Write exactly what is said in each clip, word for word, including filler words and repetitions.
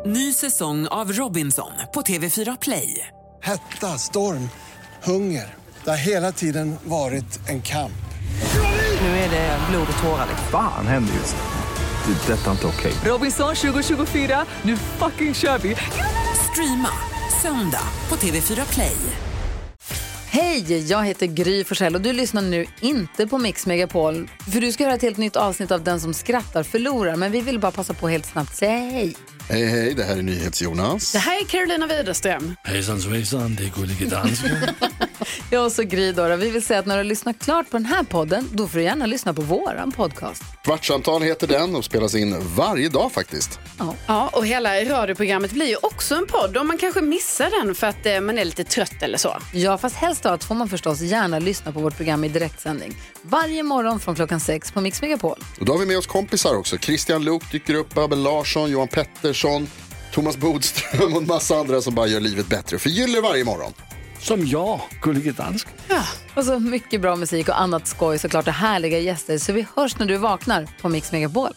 Ny säsong av Robinson på T V fyra Play. Hetta, storm, hunger. Det har hela tiden varit en kamp. Nu är det blod och tårar. Fan händer just det. Det är detta inte okej. Robinson tjugo tjugofyra, nu fucking kör vi. Streama söndag på T V fyra Play. Hej, jag heter Gry Forssell och du lyssnar nu inte på Mix Megapol. För du ska höra ett helt nytt avsnitt av Den som skrattar förlorar. Men vi vill bara passa på helt snabbt. Säg hej. Hej, hej, det här är NyhetsJonas. Det här är Carolina Widerström. Hejsan svejsan, det är Gullige Dansken. Jag och så Gry då. Vi vill säga att när du lyssnar klart på den här podden, då får du gärna lyssna på våran podcast. Kvartsamtal heter den och spelas in varje dag faktiskt. Ja. Ja, och hela radioprogrammet blir ju också en podd. Och man kanske missar den för att eh, man är lite trött eller så. Ja, fast helst av allt får man förstås gärna lyssna på vårt program i direktsändning. Varje morgon från klockan sex på Mix Megapol. Och då har vi med oss kompisar också. Christian Luuk dyker upp, Abel Larsson, Johan Pettersson, Thomas Bodström och en massa andra som bara gör livet bättre. Förgyller varje morgon. Som jag, Gullige Dansken. Ja, och så mycket bra musik och annat skoj, såklart, och härliga gäster. Så vi hörs när du vaknar på Mix Megapol.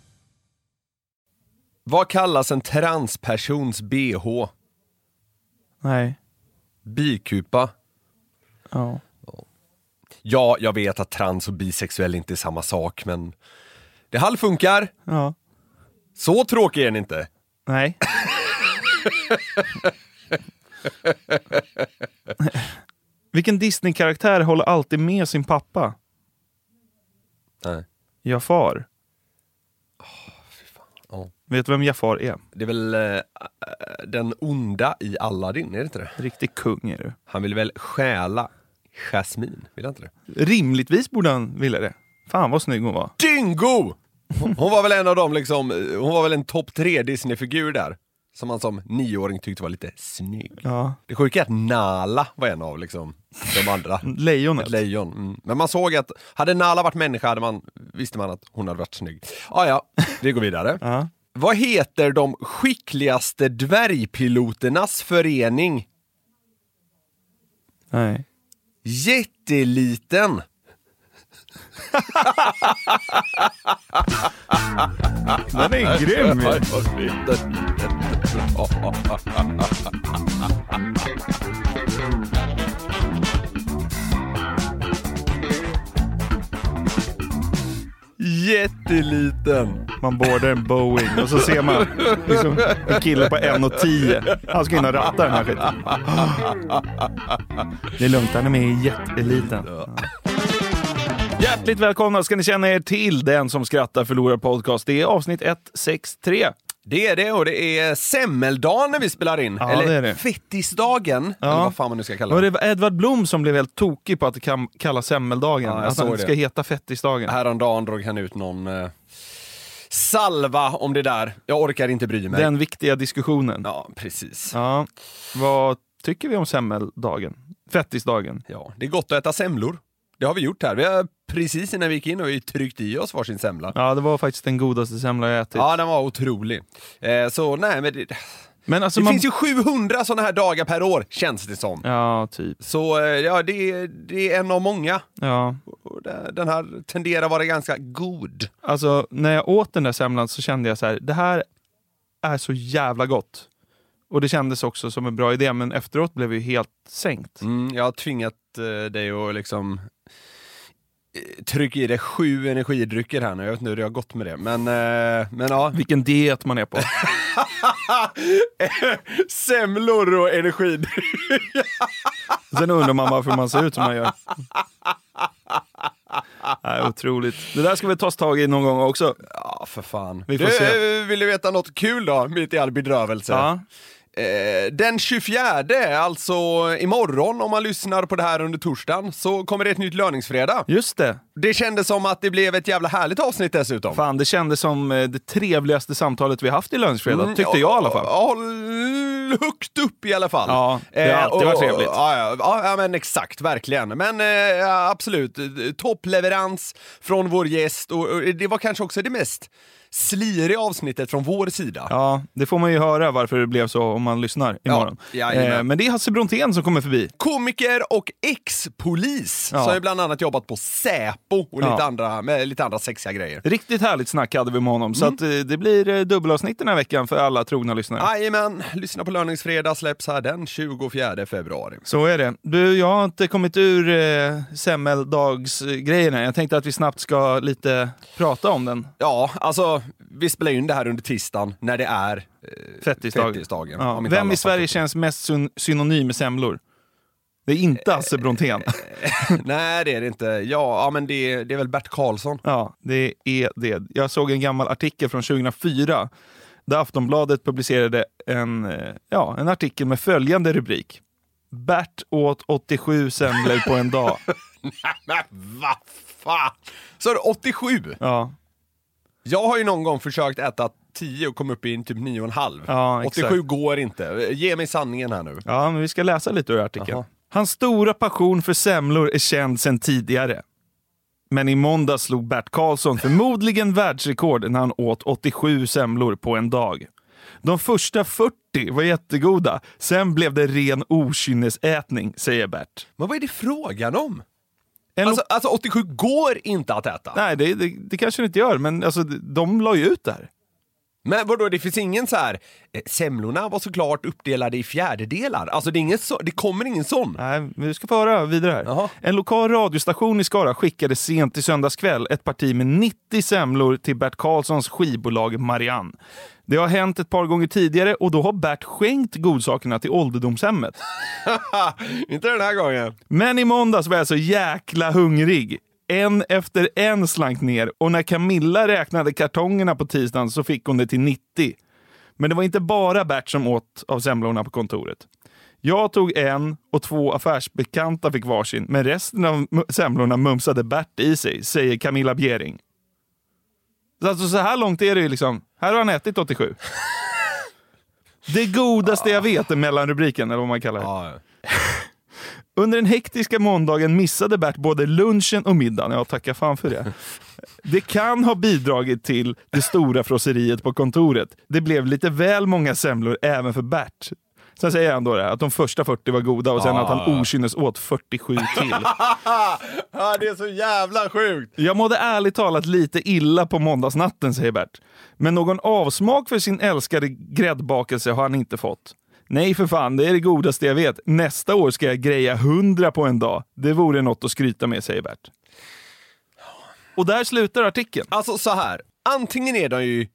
Vad kallas en transpersons B H? Nej. Bikupa. Ja. Ja, jag vet att trans och bisexuell inte är samma sak, men det halvfunkar. Ja. Så tråkig är den inte. Nej. Vilken Disney-karaktär håller alltid med sin pappa? Nej. Jafar. Oh, fy fan. Oh. Vet du vem Jafar är? Det är väl äh, den onda i Aladdin, är det inte det? Riktig kung är du. Han vill väl stjäla Jasmine, vill han inte det? Rimligtvis borde han vilja det. Fan vad snygg hon var. Dingo! Hon, hon var väl en av dem liksom, hon var väl en topp tre Disney-figur där. Som man som nioåring tyckte var lite snygg. Ja. Det sjuka är att Nala var en av liksom de andra. Lejonet. Lejon. Mm. Men man såg att hade Nala varit människa hade man, visste man att hon hade varit snygg. Ah, ja, vi går vidare. Ja. Vad heter de skickligaste dvärgpiloternas förening? Nej. Jätteliten. Den är grym. Jätteliten. Man boardar en Boeing och så ser man liksom en kille på en och tio. Han ska kunna ratta den här skiten. Det är lugnt, han är med i jätteliten. Ja. Hjärtligt välkomna ska ni känna er till Den som skrattar förlorar podcast. Det är avsnitt ett sex tre. Det är det, och det är semmeldagen när vi spelar in. Ja, eller det är det. fettisdagen, ja. eller vad fan man nu ska kalla det. det. Var Edvard Blom som blev helt tokig på att det kan kallas semmeldagen. Ja, att det ska heta fettisdagen. Häromdagen drog han ut någon eh, salva om det där. Jag orkar inte bry mig. Den viktiga diskussionen. Ja, precis. Ja. Vad tycker vi om semmeldagen? Fettisdagen. Ja, det är gott att äta semlor. Det har vi gjort här. Vi har precis innan vi gick in och vi tryckt i oss varsin semla. Ja, det var faktiskt den godaste semla jag ätit. Ja, den var otrolig. Eh, så nej, men det, men alltså det man... finns ju sjuhundra sådana här dagar per år, känns det som. Ja, typ. Så eh, ja, det, det är en av många. Ja. Och det, den här tenderar vara ganska god. Alltså, när jag åt den där semlan så kände jag så här, det här är så jävla gott. Och det kändes också som en bra idé, men efteråt blev vi helt sänkt. Mm, jag har tvingat eh, dig att liksom tryck i det sju energidrycker här nu. Jag vet inte hur det har gått med det. Men, eh, men ja. Vilken diet man är på. Semlor och energidrycker. Sen undrar man varför man ser ut som man gör. Nej, otroligt. Det där ska vi ta tag i någon gång också. Ja, för fan. Vi får du, se. Vill du veta något kul då? Mitt i all bedrövelse. Ja. Eh, den tjugofjärde, alltså imorgon om man lyssnar på det här under torsdagen, så kommer det ett nytt löningsfredag. Just det. Det kändes som att det blev ett jävla härligt avsnitt dessutom. Fan, det kändes som det trevligaste samtalet vi haft i löningsfredag, mm, tyckte jag i alla fall. Ja, högt upp i alla fall. Ja, det har alltid varit trevligt. Ja, ja, ja, men exakt, verkligen. Men ja, absolut, toppleverans från vår gäst, och, och det var kanske också det mest sliriga avsnittet från vår sida. Ja, det får man ju höra varför det blev så om man lyssnar imorgon. Ja, eh, men det är Hasse Brontén som kommer förbi. Komiker och ex-polis Ja. som har bland annat jobbat på Säpo och Ja. lite, andra, med lite andra sexiga grejer. Riktigt härligt snack hade vi med honom. Så att, eh, det blir eh, dubbelavsnitt den här veckan för alla trogna lyssnare. Jajamän, lyssna på Löningsfredag, släpps här den tjugofjärde februari. Så är det. Du, jag har inte kommit ur eh, semmeldagsgrejerna. Jag tänkte att vi snabbt ska lite prata om den. Ja, alltså vi spelar in det här under tisdagen när det är eh, Fettisdagen. fettisdagen. Ja. Om inte Vem alla i Sverige fattar. känns mest syn- synonym med semlor? Det är inte Hasse Brontén. Nej, det är det inte. Ja, ja men det, det är väl Bert Karlsson. Ja, det är det. Jag såg en gammal artikel från tjugohundrafyra där Aftonbladet publicerade en, eh, ja, en artikel med följande rubrik. Bert åt åttiosju semlor på en dag. Men vad fan? Så är det åttiosju? Ja. Jag har ju någon gång försökt äta tio och kom upp i typ nio och en halv. Ja, exakt. åttiosju går inte. Ge mig sanningen här nu. Ja, men vi ska läsa lite ur artikeln. Aha. Hans stora passion för semlor är känd sedan tidigare. Men i måndag slog Bert Karlsson förmodligen världsrekord när han åt åttiosju semlor på en dag. De första fyrtio var jättegoda, sen blev det ren okynnesätning, säger Bert. Men vad är det frågan om? En Alltså, alltså åttiosju går inte att äta. Nej, det, det, det kanske det inte gör, men alltså, de la ju ut det här. Men vadå, det finns ingen så här eh, semlorna var såklart uppdelade i fjärdedelar. Alltså det, är ingen så, det kommer ingen sån. Nej, vi ska få höra vidare här. Jaha. En lokal radiostation i Skara skickade sent i söndagskväll ett parti med nittio semlor till Bert Karlssons skivbolag Marianne. Det har hänt ett par gånger tidigare och då har Bert skänkt godsakerna till ålderdomshemmet. Inte den här gången. Men i måndags var jag så jäkla hungrig. En efter en slank ner och när Camilla räknade kartongerna på tisdagen så fick hon det till nittio. Men det var inte bara Bert som åt av semlorna på kontoret. Jag tog en och två affärsbekanta fick varsin, men resten av semlorna mumsade Bert i sig, säger Camilla Bjering. Alltså så här långt är det ju liksom, här har han ätit åttiosju. Det godaste jag vet är mellanrubriken, eller vad man kallar det. Ja. Under den hektiska måndagen missade Bert både lunchen och middagen. Jag tackar fan för det. Det kan ha bidragit till det stora frosseriet på kontoret. Det blev lite väl många semlor även för Bert. Sen säger han då det, att de första fyrtio var goda och sen Ah. att han okynnes åt fyrtiosju till. Ja, det är så jävla sjukt. Jag mådde ärligt talat lite illa på måndagsnatten, säger Bert. Men någon avsmak för sin älskade gräddbakelse har han inte fått. Nej för fan, det är det godaste jag vet. Nästa år ska jag greja hundra på en dag. Det vore något att skryta med, säger Bert. Och där slutar artikeln. Alltså så här, antingen är de ju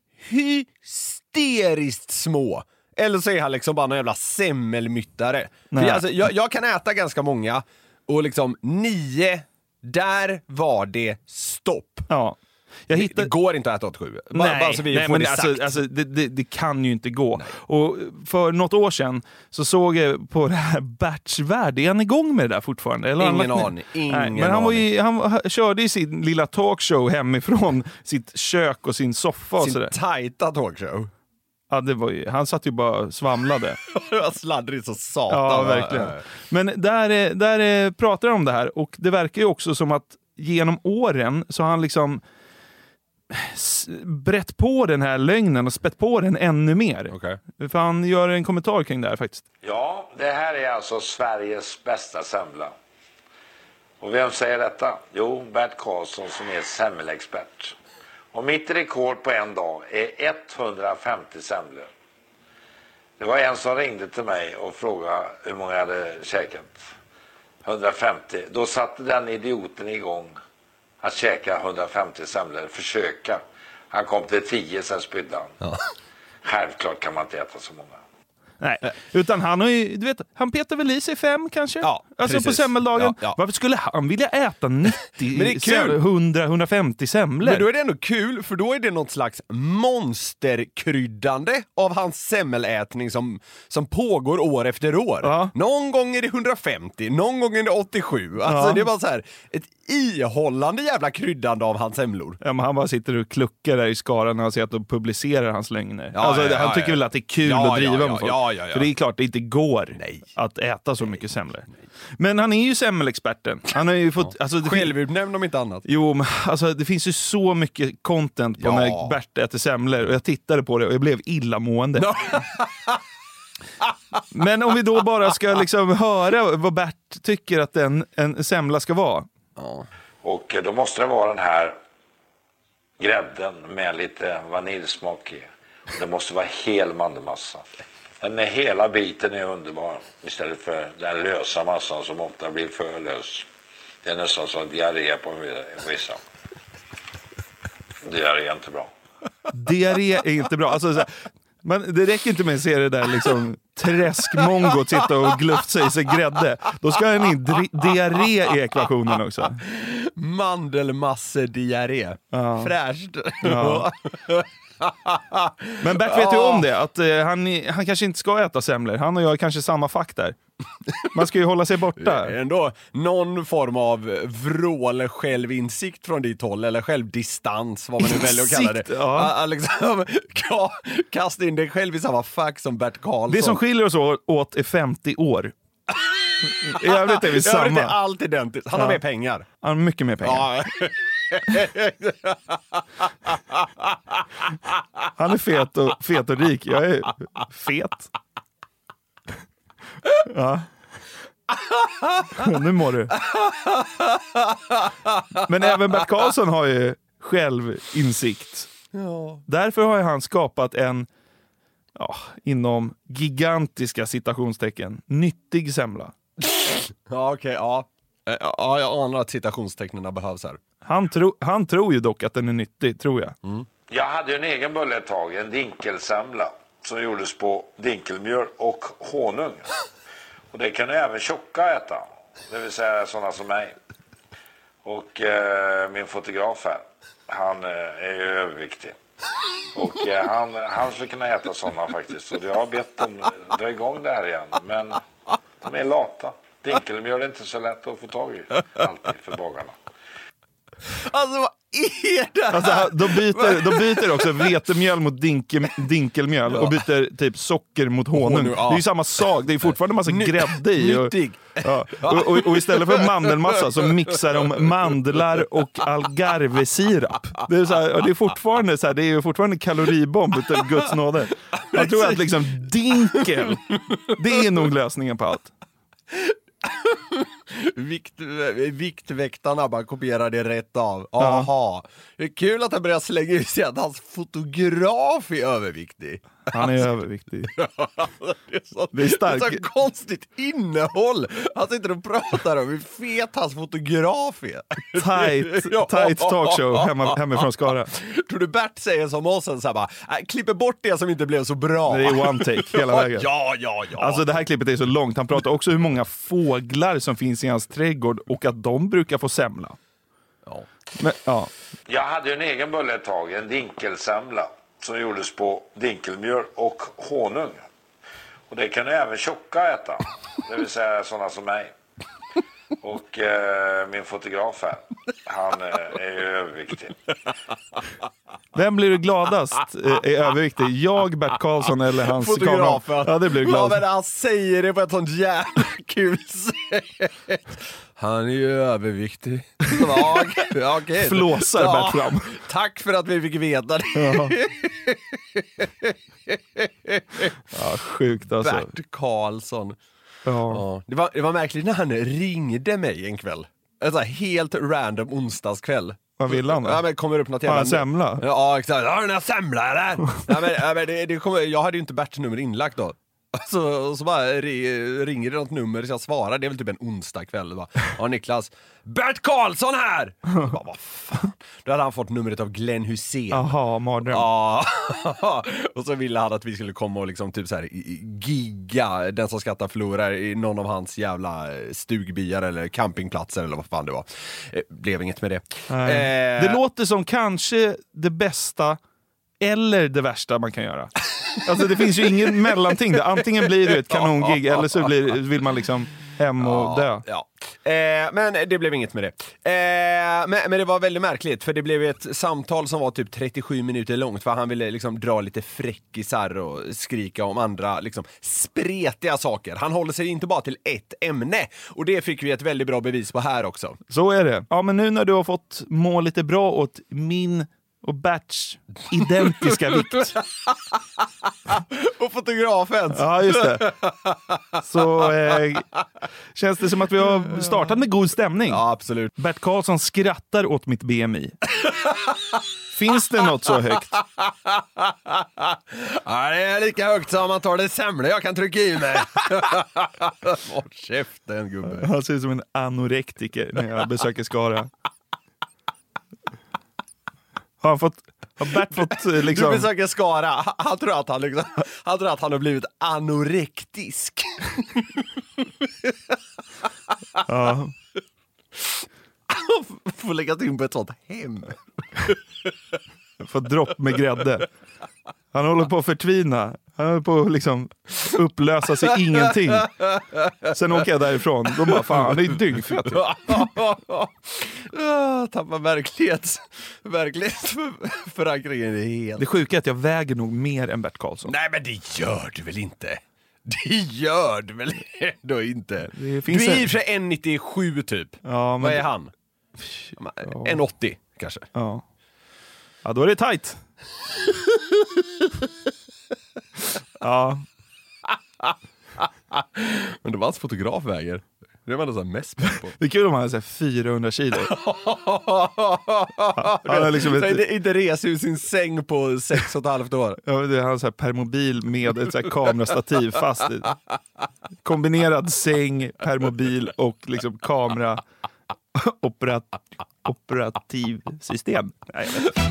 hysteriskt små, eller så är han liksom bara en jävla semmelmyttare. För alltså, jag, jag kan äta ganska många, och liksom nio, där var det stopp. Ja. Jag Det, hittar... det går inte att äta åttiosju. Bara, Nej, bara så vi nej får men det alltså, sagt. alltså, det, det, det kan ju inte gå. Och för något år sedan så såg jag på det här Berts värld. Är han igång med det där fortfarande? Eller har han Ingen lagt ner? aning, ingen Nej, men han, var aning. ju, han var- körde i sin lilla talkshow hemifrån sitt kök och sin soffa och Sin sådär. tajta talkshow. Ja, det var ju, han satt ju bara och svamlade. Det var sladdrigt så satan. Ja, verkligen. Men där, är- där är- pratar de om det här, och det verkar ju också som att genom åren så har han liksom s- brett på den här lögnen och spett på den ännu mer. Okej. För han gör en kommentar kring det här faktiskt. Ja, det här är alltså Sveriges bästa semla. Och vem säger detta? Jo, Bert Karlsson som är semmelexpert. Och mitt rekord på en dag är etthundrafemtio semlor. Det var en som ringde till mig och frågade hur många jag hade käkat. hundrafemtio. Då satte den idioten igång att käka hundrafemtio semlor. Försöka. Han kom till tio, sen spydde han. Ja. Självklart kan man inte äta så många. Nej, utan han har ju, du vet, han petar väl i sig fem kanske? Ja, alltså precis. på semmeldagen. Ja, ja. Varför skulle han vilja äta nittio, Men det är kul. hundra, hundrafemtio semlor? Men då är det ändå kul, för då är det något slags monsterkryddande av hans semmelätning som, som pågår år efter år. Ja. Någon gång är det hundrafemtio, någon gång är det åttiosju. Alltså Ja. det är bara så här ett ihållande jävla kryddande av hans semlor. Ja, men han bara sitter och kluckar där i skaran när han ser att de publicerar hans lögner. Ja, alltså, ja, ja, han tycker ja. väl att det är kul Ja, att driva ja, med ja, folk. ja, Ja, ja, ja. För det är klart det inte går Nej. att äta så mycket semlor. Men han är ju semmelexperten. Han har ju fått... Alltså, det Självutnämnd om inte annat. Jo, men alltså, det finns ju så mycket content på Ja. när Bert äter semlor. Och jag tittade på det och jag blev illamående. No. Men om vi då bara ska liksom höra vad Bert tycker att en, en semla ska vara. Ja. Och då måste det vara den här grädden med lite vaniljsmak i. Det måste vara hel mandelmassa. Den är hela biten är underbar istället för den lösa massan som ofta blir för lös. Det är nästan som diarré på vissa. Diarré är inte bra. Diarré är inte bra. Alltså, så här, men det räcker inte med att se det där liksom träskmongot sitta och glufsa i sig grädde. Då ska han in di- diarré i ekvationen också. Mandelmasse-diarré. Ja. Fräscht. Ja. Men Bert vet ju om det, att eh, han, han kanske inte ska äta semlor. Han och jag är kanske samma fack där. Man ska ju hålla sig borta. Det är ändå någon form av vrål självinsikt från ditt håll, eller självdistans, vad man nu väljer att kalla det. Ja. Liksom, kasta in dig själv i samma fack som Bert Karlsson. Det som skiljer oss åt är femtio år. I övrigt är vi samma. I övrigt är allt identiskt. Han har Ja. mer pengar. Han har mycket mer pengar. Ja. Han är fet och, fet och rik. Jag är fet. Ja. Nu mår du. Men även Bert Karlsson har ju självinsikt. Ja. Därför har han skapat en, ja, inom gigantiska citationstecken, nyttig semla. Ja, okej, okay, ja. Ja, jag anar att citationstecknen behövs här. Han, tro, han tror ju dock att den är nyttig, tror jag. Mm. Jag hade en egen bulle ett tag, en dinkelsemla som gjordes på dinkelmjöl och honung. Och det kan även tjocka äta, det vill säga sådana som mig. Och eh, min fotograf här, han eh, är ju överviktig. Och eh, han, han skulle kunna äta sådana faktiskt. Och jag har bett dem dra igång det här igen, men de är lata. Dinkelmjöl är inte så lätt att få tag i alltid för bagarna. Alltså vad är det här? Alltså, de, byter, de byter också vetemjöl mot dinkel, dinkelmjöl och byter typ socker mot honung. honung ja. Det är ju samma sak, det är fortfarande massa Ny, grädde i. Och, nyttig. ja, och, och, och istället för mandelmassa så mixar de mandlar och algarvesirap. Det är, så här, det är fortfarande så här, det är fortfarande kaloribomb utav Guds nåde. Jag tror att liksom dinkel, det är nog lösningen på allt. Vikt, viktväktarna bara kopierar det rätt av. Aha. Ja. Det är kul att han börjar slänga ut sig att hans fotograf är överviktig. Han är överviktig. Det är så, det är starkt. Det är så konstigt innehåll. Han sitter och pratar om hur fet hans fotograf är. Tight, tight talkshow hemma, hemifrån Skara. Tror du Bert säger som oss så här bara, äh, klipper bort det som inte blev så bra. Det är one take hela vägen. Ja, ja, ja. Alltså det här klippet är så långt. Han pratar också hur många fåglar som finns i hans trädgård och att de brukar få semla. Ja. Men, ja. Jag hade en egen bulle ett tag, en dinkelsemla som gjordes på dinkelmjöl och honung. Och det kan även tjocka äta, det vill säga sådana som mig. Och eh, min fotograf här, han eh, är ju överviktig. Vem blir du gladast eh, är överviktig? Jag, Bert Karlsson eller hans fotografen? Ja, det blir glad. Ja, men han säger det på ett sånt jävla kul sätt. Han är ju överviktig. Ja, okay. Flåsar ja, Bert fram. Tack för att vi fick veta det. Ja, ja sjukt alltså. Bert Karlsson. Ja. Ja. Det, var, det var märkligt när han ringde mig en kväll. En sån här helt random onsdagskväll. Vad vill han då? Ja, men kommer upp något Har jävla... han semla? Ja, exakt. Har du några semla eller? Ja, men, ja, men det, det kommer... Jag hade ju inte Berts nummer inlagt då. Så, och så bara ringer det något nummer så jag svarar. Det är väl typ en onsdag kväll. Bara, ja, Niklas. Bert Karlsson här! Jag bara, vad fan? Då hade han fått numret av Glenn Hussein. Jaha, mardröm. Ja. Och så ville han att vi skulle komma och liksom typ så här gigga Den som skrattar förlorar i någon av hans jävla stugbyar eller campingplatser eller vad fan det var. Blev inget med det. Nej. Eh... Det låter som kanske det bästa eller det värsta man kan göra. Alltså det finns ju ingen mellanting. Antingen blir det ett kanongig eller så blir, vill man liksom hem och dö. Ja. Eh, men det blev inget med det. Eh, men, men det var väldigt märkligt, för det blev ett samtal som var typ trettiosju minuter långt, för han ville liksom dra lite fräckisar och skrika om andra liksom spretiga saker. Han håller sig inte bara till ett ämne, och det fick vi ett väldigt bra bevis på här också. Så är det. Ja, men nu när du har fått må lite bra åt min och Berts identiska vikt. Och fotografens. Ja, just det. Så eh, känns det som att vi har startat med god stämning. Ja, absolut. Bert Karlsson skrattar åt mitt B M I. Finns det något så högt? Ja, det är lika högt som man tar det semla jag kan trycka i mig. Håll käften, gubbe. Han ser ut som en anorektiker när jag besöker Skara. Har han fått, har Bert fått liksom... Du besöker Skara. Han, han, tror att han, liksom, han tror att han har blivit anorektisk. Ja. Får lägga in på ett sånt hem. Får dropp med grädde. Han håller på att förtvina. Han håller på att liksom upplösa sig ingenting. Sen åker jag därifrån. Då bara, fan, det är dyngfett. Tappar verklighets, verklighetsförankringen är helt... Det sjuka är att jag väger nog mer än Bert Karlsson. Nej, men det gör du väl inte? Det gör du väl ändå inte? Det finns du är en... i och för sig en komma nittiosju typ. Ja, men... Vad är han? Ja. en komma åttio kanske. Ja. Ja, då är det tajt. Ja. Men det var hans fotograf väger. Det var man mest på. Det är kul om han har så här fyrahundra kilo. Han har liksom ett... inte, inte reser ur sin säng på sex och ett halvt år. Ja, det är han så här permobil med ett så här kamerastativ fast i. Kombinerad säng, permobil och liksom kamera operat, operativsystem. Nej, jag vet inte.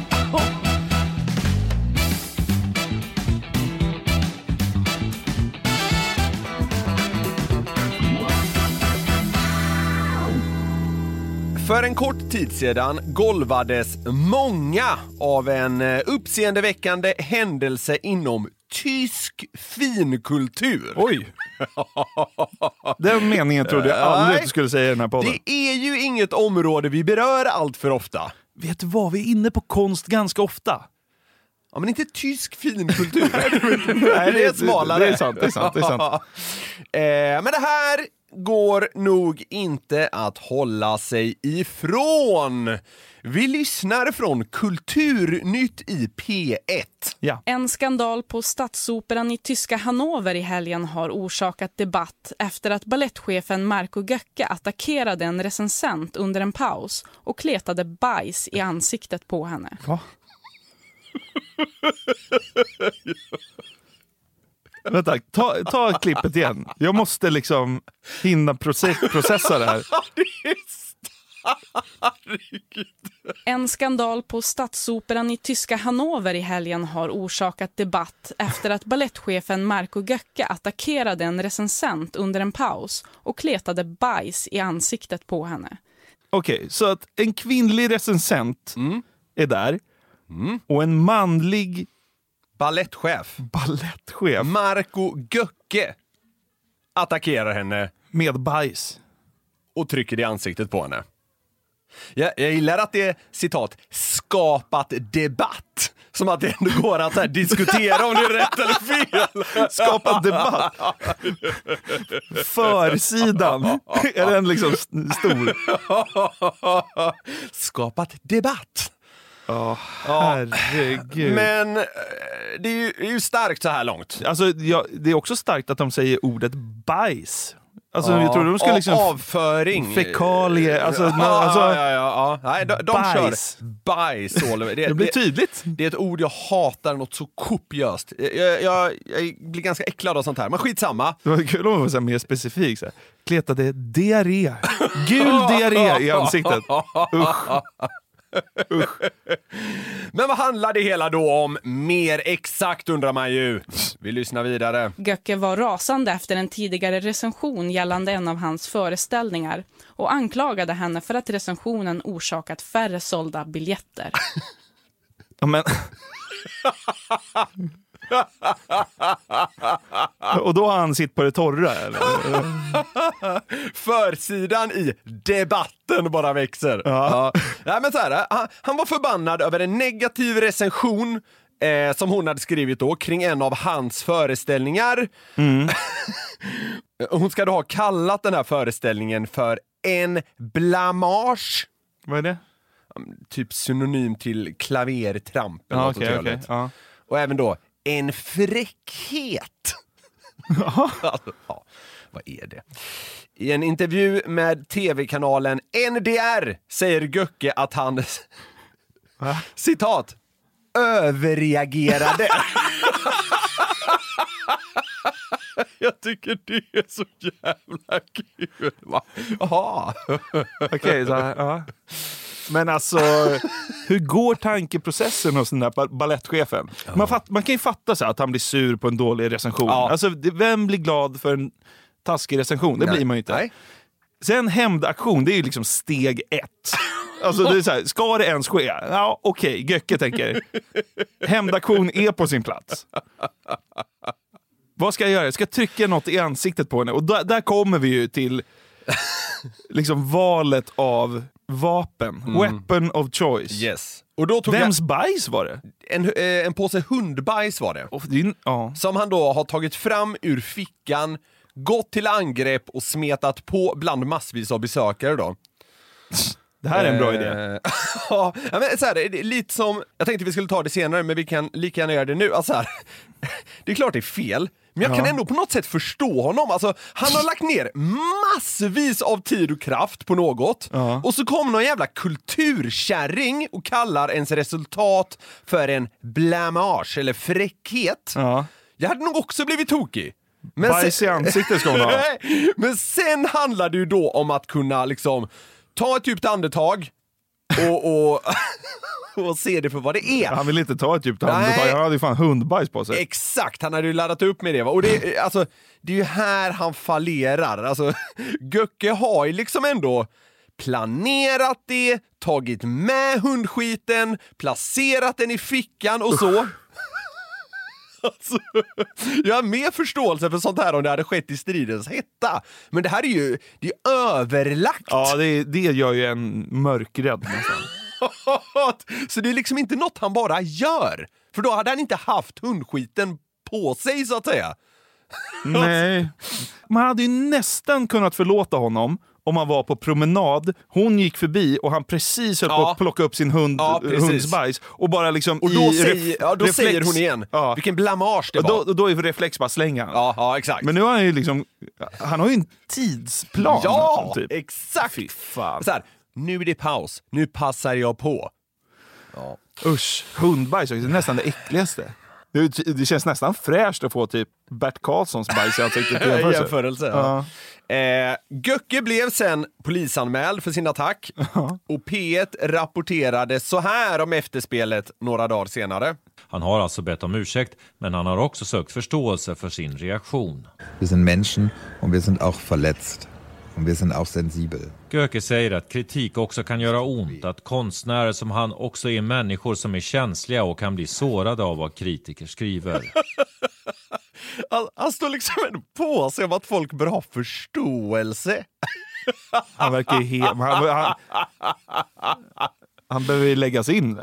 För en kort tid sedan golvades många av en uppseendeväckande händelse inom tysk finkultur. Oj! Den meningen trodde jag aldrig att du skulle säga i den här podden. Det är ju inget område vi berör allt för ofta. Vet du vad, vi är inne på konst ganska ofta. Ja, men inte tysk finkultur. Nej, det är smalare. Det är sant, det är sant, det är sant. eh, men det här går nog inte att hålla sig ifrån. Vi lyssnar från Kulturnytt i P ett. Ja. En skandal på Stadsoperan i tyska Hannover i helgen har orsakat debatt efter att ballettchefen Marco Göcke attackerade en recensent under en paus och kletade bajs i ansiktet på henne. Va? Vänta, ta, ta klippet igen. Jag måste liksom hinna process, processa det här. En skandal på Stadsoperan i tyska Hannover i helgen har orsakat debatt efter att ballettchefen Marco Göcke attackerade en recensent under en paus och kletade bajs i ansiktet på henne. Okej, okay, så att en kvinnlig recensent mm. är där mm. och en manlig ballettchef ballettchef Marco Göcke attackerar henne med bajs och trycker det i ansiktet på henne. Jag, jag gillar att det är, citat, skapat debatt. Som att det ändå går att här, diskutera om det är rätt eller fel. Skapat debatt. Försidan. Är den liksom stor? Skapat debatt. Oh, herregud. Men det är, ju, det är ju starkt så här långt. Alltså, ja, det är också starkt att de säger ordet bajs. Alltså, ja. jag tror de skulle liksom... Avföring. Fekalier. Alltså, ja, alltså, ja, ja, ja. Nej, de, de bajs. kör bajs. Det, det blir tydligt. Det, det är ett ord jag hatar något så kopiöst. Jag, jag, jag blir ganska äcklad av sånt här. Men skitsamma. Det var kul om man var mer specifik. Så här. Kletade diarré. Gul diarré i ansiktet. Usch. Usch. Men vad handlar det hela då om? Mer exakt undrar man ju. Vi lyssnar vidare. Göcke var rasande efter en tidigare recension gällande en av hans föreställningar och anklagade henne för att recensionen orsakat färre sålda biljetter. Ja, men... Och då har han sitt på det torra, eller? Försidan i debatten bara växer. Ja. Ja. Nej, men så här, han, han var förbannad över en negativ recension eh, som hon hade skrivit då kring en av hans föreställningar. Mm. Hon ska då ha kallat den här föreställningen för en blamage. Vad är det? Typ synonym till klavertramp. Ja, okej, okej. Ja. Och även då en fräckhet. Alltså, ja, vad är det? I en intervju med tv-kanalen N D R säger Göcke att han citat överreagerade. Jag tycker det är så jävla kul. Jaha. Okej, okay, så här, ja. Men alltså, hur går tankeprocessen hos den där ballettchefen? Ja. Man, fatt, man kan ju fatta så att han blir sur på en dålig recension. Ja. Alltså, vem blir glad för en taskig recension? Det Nej. blir man ju inte. Nej. Sen hämndaktion, det är ju liksom steg ett. Alltså det är så här, ska det ens ske? Ja, okej, okay, Göcke tänker. Hämndaktion är på sin plats. Vad ska jag göra? Jag ska trycka något i ansiktet på henne. Och där, där kommer vi ju till liksom valet av vapen. Mm. Weapon of choice. Yes. Och då tog Vems jag... bajs var det? En, eh, en påse hundbajs var det. Oh, din... ja. Som han då har tagit fram ur fickan, gått till angrepp och smetat på bland massvis av besökare då. Det här är en bra idé. Ja, men så här, det är lite som, jag tänkte vi skulle ta det senare, men vi kan lika gärna göra det nu. Alltså här, det är klart det är fel, men jag kan ändå på något sätt förstå honom. Alltså, han har lagt ner massvis av tid och kraft på något. Ja. Och så kommer någon jävla kulturkärring och kallar ens resultat för en blamage eller fräckhet. Ja. Jag hade nog också blivit tokig. Men bajs sen... i ansiktet ska hon ha. Men sen handlar det ju då om att kunna liksom ta ett djupt andetag och, och, och se det för vad det är. Han vill inte ta ett djupt andetag. Han hade ju fan hundbajs på sig. Exakt, han hade ju laddat upp med det. Va? Och det, alltså, det är ju här han fallerar. Alltså, Göcke har ju liksom ändå planerat det, tagit med hundskiten, placerat den i fickan och så. Alltså, jag har mer förståelse för sånt här om det hade skett i stridens hetta. Men det här är ju det är överlagt. Ja, det, det gör ju en mörkrädd nästan. Så det är liksom inte något han bara gör. För då hade han inte haft hundskiten på sig, så att säga. Nej. Man hade ju nästan kunnat förlåta honom om han var på promenad, hon gick förbi och han precis höll ja. på att plocka upp sin hund, ja, hundsbajs och bara liksom och då, i säger, ref- ja, då reflex, säger hon igen, ja. vilken blamage det och var. Då, då är det reflex bara slänga. Ja, ja, exakt. Men nu har han ju liksom, han har ju en tidsplan. Ja, typ. exakt. Fy fan. Så här, nu är det paus, nu passar jag på. Ja. Usch, hundbajs är nästan det äckligaste. Det, det känns nästan fräscht att få typ Bert Karlssons bajs i ansiktet. Jämförelse. Ja. Ja. Eh, Göcke blev sen polisanmäld för sin attack. Ja. Och P ett rapporterade så här om efterspelet några dagar senare. Han har alltså bett om ursäkt, men han har också sökt förståelse för sin reaktion. Vi är människor och vi är också förletzt. Och vi är också sensibel. Göcke säger att kritik också kan göra ont, att konstnärer som han också är människor som är känsliga och kan bli sårade av vad kritiker skriver. Han, han står liksom på sig om att folk bör ha förståelse. Han verkar ju helt... Han, han, han behöver ju läggas in.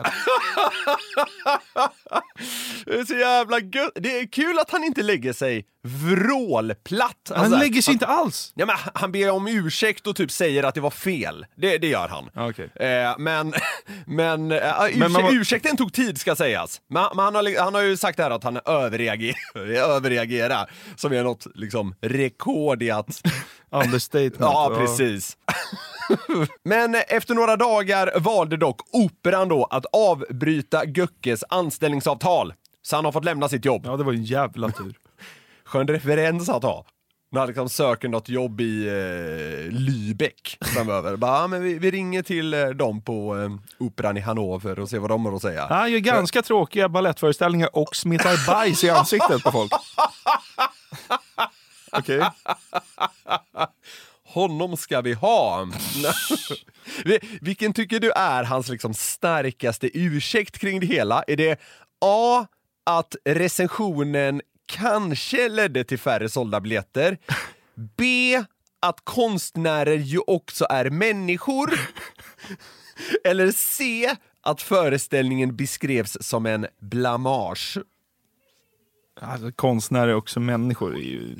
Det är så jävla gött. Det är kul att han inte lägger sig vrålplatt. Han alltså, lägger sig han, inte alls. Ja, men han ber om ursäkt och typ säger att det var fel. Det, det gör han. Okay. Eh, men men, eh, ursäk, men man... ursäkten tog tid, ska sägas. Men, men han, har, han har ju sagt här att han överreagerar, överreagerar som är något liksom rekord i att... Understatement. Ja, precis. Men efter några dagar valde dock Operan då att avbryta Göckes anställningsavtal. Så han har fått lämna sitt jobb. Ja, det var en jävla tur. Skön referens att ha. När han liksom söker något jobb i eh, Lübeck framöver. Bara, men vi, vi ringer till eh, dem på eh, Operan i Hannover och ser vad de har att säga. Han gör ganska tråkiga ballettföreställningar och smittar bajs i ansiktet på folk. Okej. Okay. Honom ska vi ha. Vilken tycker du är hans liksom starkaste ursäkt kring det hela? Är det A, att recensionen kanske ledde till färre sålda biljetter. B. Att konstnärer ju också är människor. Eller C. Att föreställningen beskrevs som en blamage. Alltså, konstnärer är också människor är ju...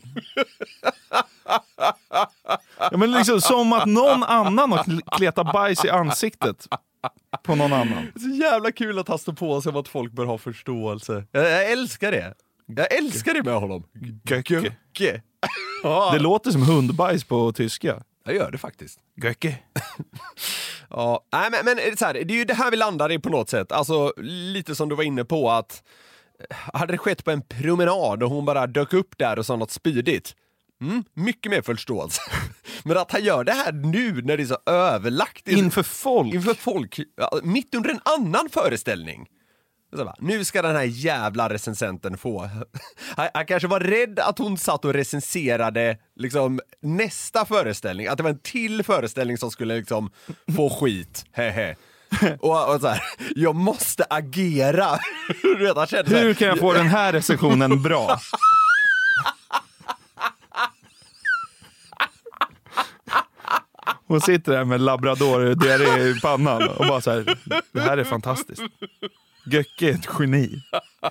ja, men liksom som att någon annan har kletat bajs i ansiktet på någon annan. Så jävla kul att han står på sig om att folk bör ha förståelse. Jag, jag älskar det. Jag älskar det med honom. Göcke. Göcke. Det låter som hundbajs på tyska. Jag gör det faktiskt. Göcke. Ja, nej, men, men så här, det är ju det här vi landar i på något sätt. Alltså lite som du var inne på, att hade det skett på en promenad och hon bara dök upp där och sa något spydigt. Mm, mycket mer förståelse. Men att han gör det här nu när det är så överlagt inför folk. Inför folk, ja, mitt under en annan föreställning. Så bara, nu ska den här jävla recensenten få. Han, han kanske var rädd att hon satt och recenserade liksom nästa föreställning. Att det var en till föreställning som skulle liksom få skit. Hehe. Och, och så här, jag måste agera. Du vet, han kände så här, hur kan jag få den här recensionen bra? Hon sitter där med labrador-diarré i pannan och bara så här, det här är fantastiskt. Göcke är ett geni.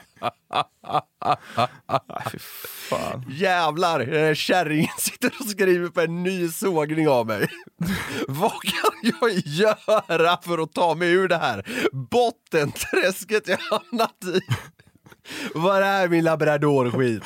Aj, fy fan. Jävlar, kärringen sitter och skriver på en ny sågning av mig. Vad kan jag göra för att ta mig ur det här bottenträsket jag hamnat i? Vad är min labrador-skit?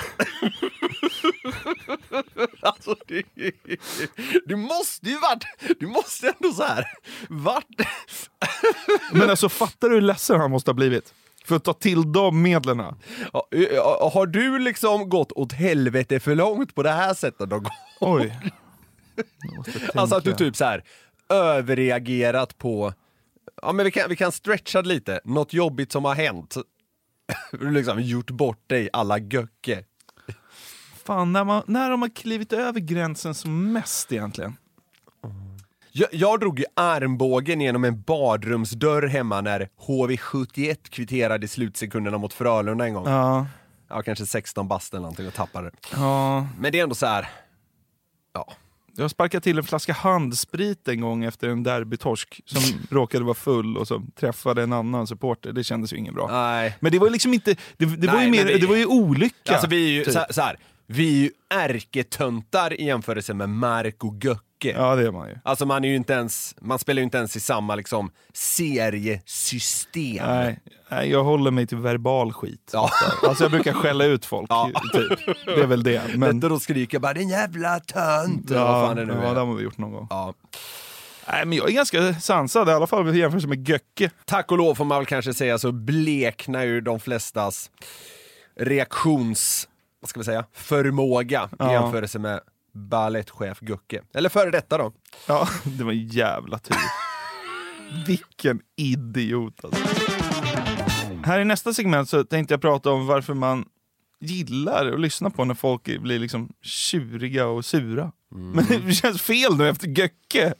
Alltså, det, det måste ju varit, du måste ändå så här vart. Men alltså, fattar du hur ledsen han måste ha blivit för att ta till de medlen? Ja, har du liksom gått åt helvete för långt på det här sättet någon gång? Oj. Alltså att du typ så här överreagerat på, ja men vi kan, vi kan stretcha lite, något jobbigt som har hänt. Du liksom gjort bort dig alla göcke. Fan, när, man, när de har klivit över gränsen som mest egentligen. Jag, jag drog ju armbågen genom en badrumsdörr hemma när H V sjuttioett kvitterade i slutsekunderna mot Frölunda en gång. Ja. Ja, kanske sexton bast eller någonting och tappade. Ja. Men det är ändå så här. Ja. Jag sparkade till en flaska handsprit en gång efter en derbytorsk som råkade vara full och som träffade en annan supporter. Det kändes ju ingen bra. Nej. Men det var liksom inte, det, det, Nej, var, ju mer, det, det var ju olycka. Alltså vi är ju typ. så, så här, vi är ju ärketöntar i jämförelse med Marco Göcke. Ja, det är man ju. Alltså man är ju inte ens, man spelar ju inte ens i samma liksom seriesystem. Nej, nej, jag håller mig till verbal skit. Ja. Alltså jag brukar skälla ut folk, ja. Typ. Det är väl det. Men då skriker jag bara, den jävla tönt. Ja, vad fan är det nu ja, är. det har vi gjort någon gång. Ja. Nej, men jag är ganska sansad i alla fall i jämförelse med Göcke. Tack och lov får man väl kanske säga, så bleknar ju de flestas reaktions, vad ska vi säga, förmåga Ja. i jämförelse med ballettchef Göcke. Eller före detta då. Ja, det var en jävla tur. Vilken idiot alltså. Här i nästa segment så tänkte jag prata om varför man gillar att lyssna på när folk blir liksom tjuriga och sura. Mm. Men det känns fel nu efter Göcke.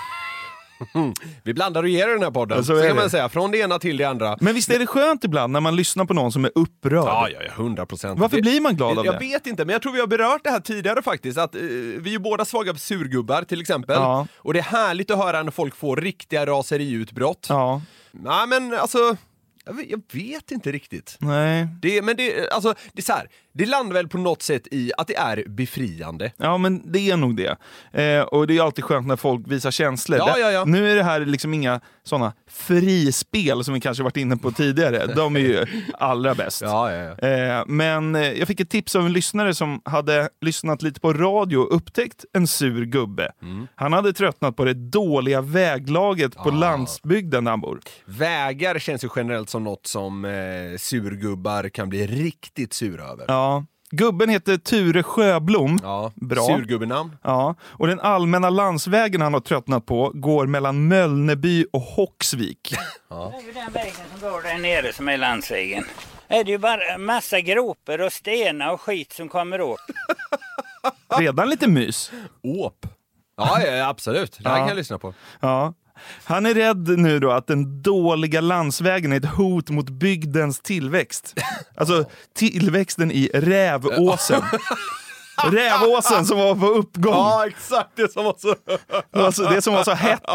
Vi blandar och ger den här podden, ja, så, så kan det. man säga, från det ena till det andra. Men visst är det skönt ibland när man lyssnar på någon som är upprörd? Ja, ja, ja, hundra procent. Varför blir man glad av jag det? Jag vet inte, men jag tror vi har berört det här tidigare faktiskt. Att, eh, vi är ju båda svaga på surgubbar till exempel. Ja. Och det är härligt att höra när folk får riktiga raseriutbrott. Ja. Nej, men alltså... Jag vet, jag vet inte riktigt. Nej. Det, men det, alltså, det är så här, det landar väl på något sätt i att det är befriande. Ja, men det är nog det. Eh, och det är alltid skönt när folk visar känslor. Ja, ja, ja. Nu är det här liksom inga sådana frispel som vi kanske varit inne på tidigare. De är ju allra bäst. Ja, ja, ja. Eh, men jag fick ett tips av en lyssnare som hade lyssnat lite på radio och upptäckt en sur gubbe. Mm. Han hade tröttnat på det dåliga väglaget på ah. landsbygden där han bor. Vägar känns ju generellt som något som eh, surgubbar kan bli riktigt sura över. Ja. Gubben heter Ture Sjöblom. Ja, bra. Surgubbenamn. Ja, och den allmänna landsvägen han har tröttnat på går mellan Mölneby och Håksvik. Ja. Det är ju den vägen som går där nere som är landsvägen. Är det ju bara massa gropor och stenar och skit som kommer åt. Redan lite mys. Åp. Ja, ja, absolut. Det här ja. kan jag lyssna på. Ja. Han är rädd nu då att den dåliga landsvägen är ett hot mot bygdens tillväxt. Alltså tillväxten i Rävåsen. Rävåsen som var på uppgång. Ja, exakt. Det som var så... Alltså, det som var så hett.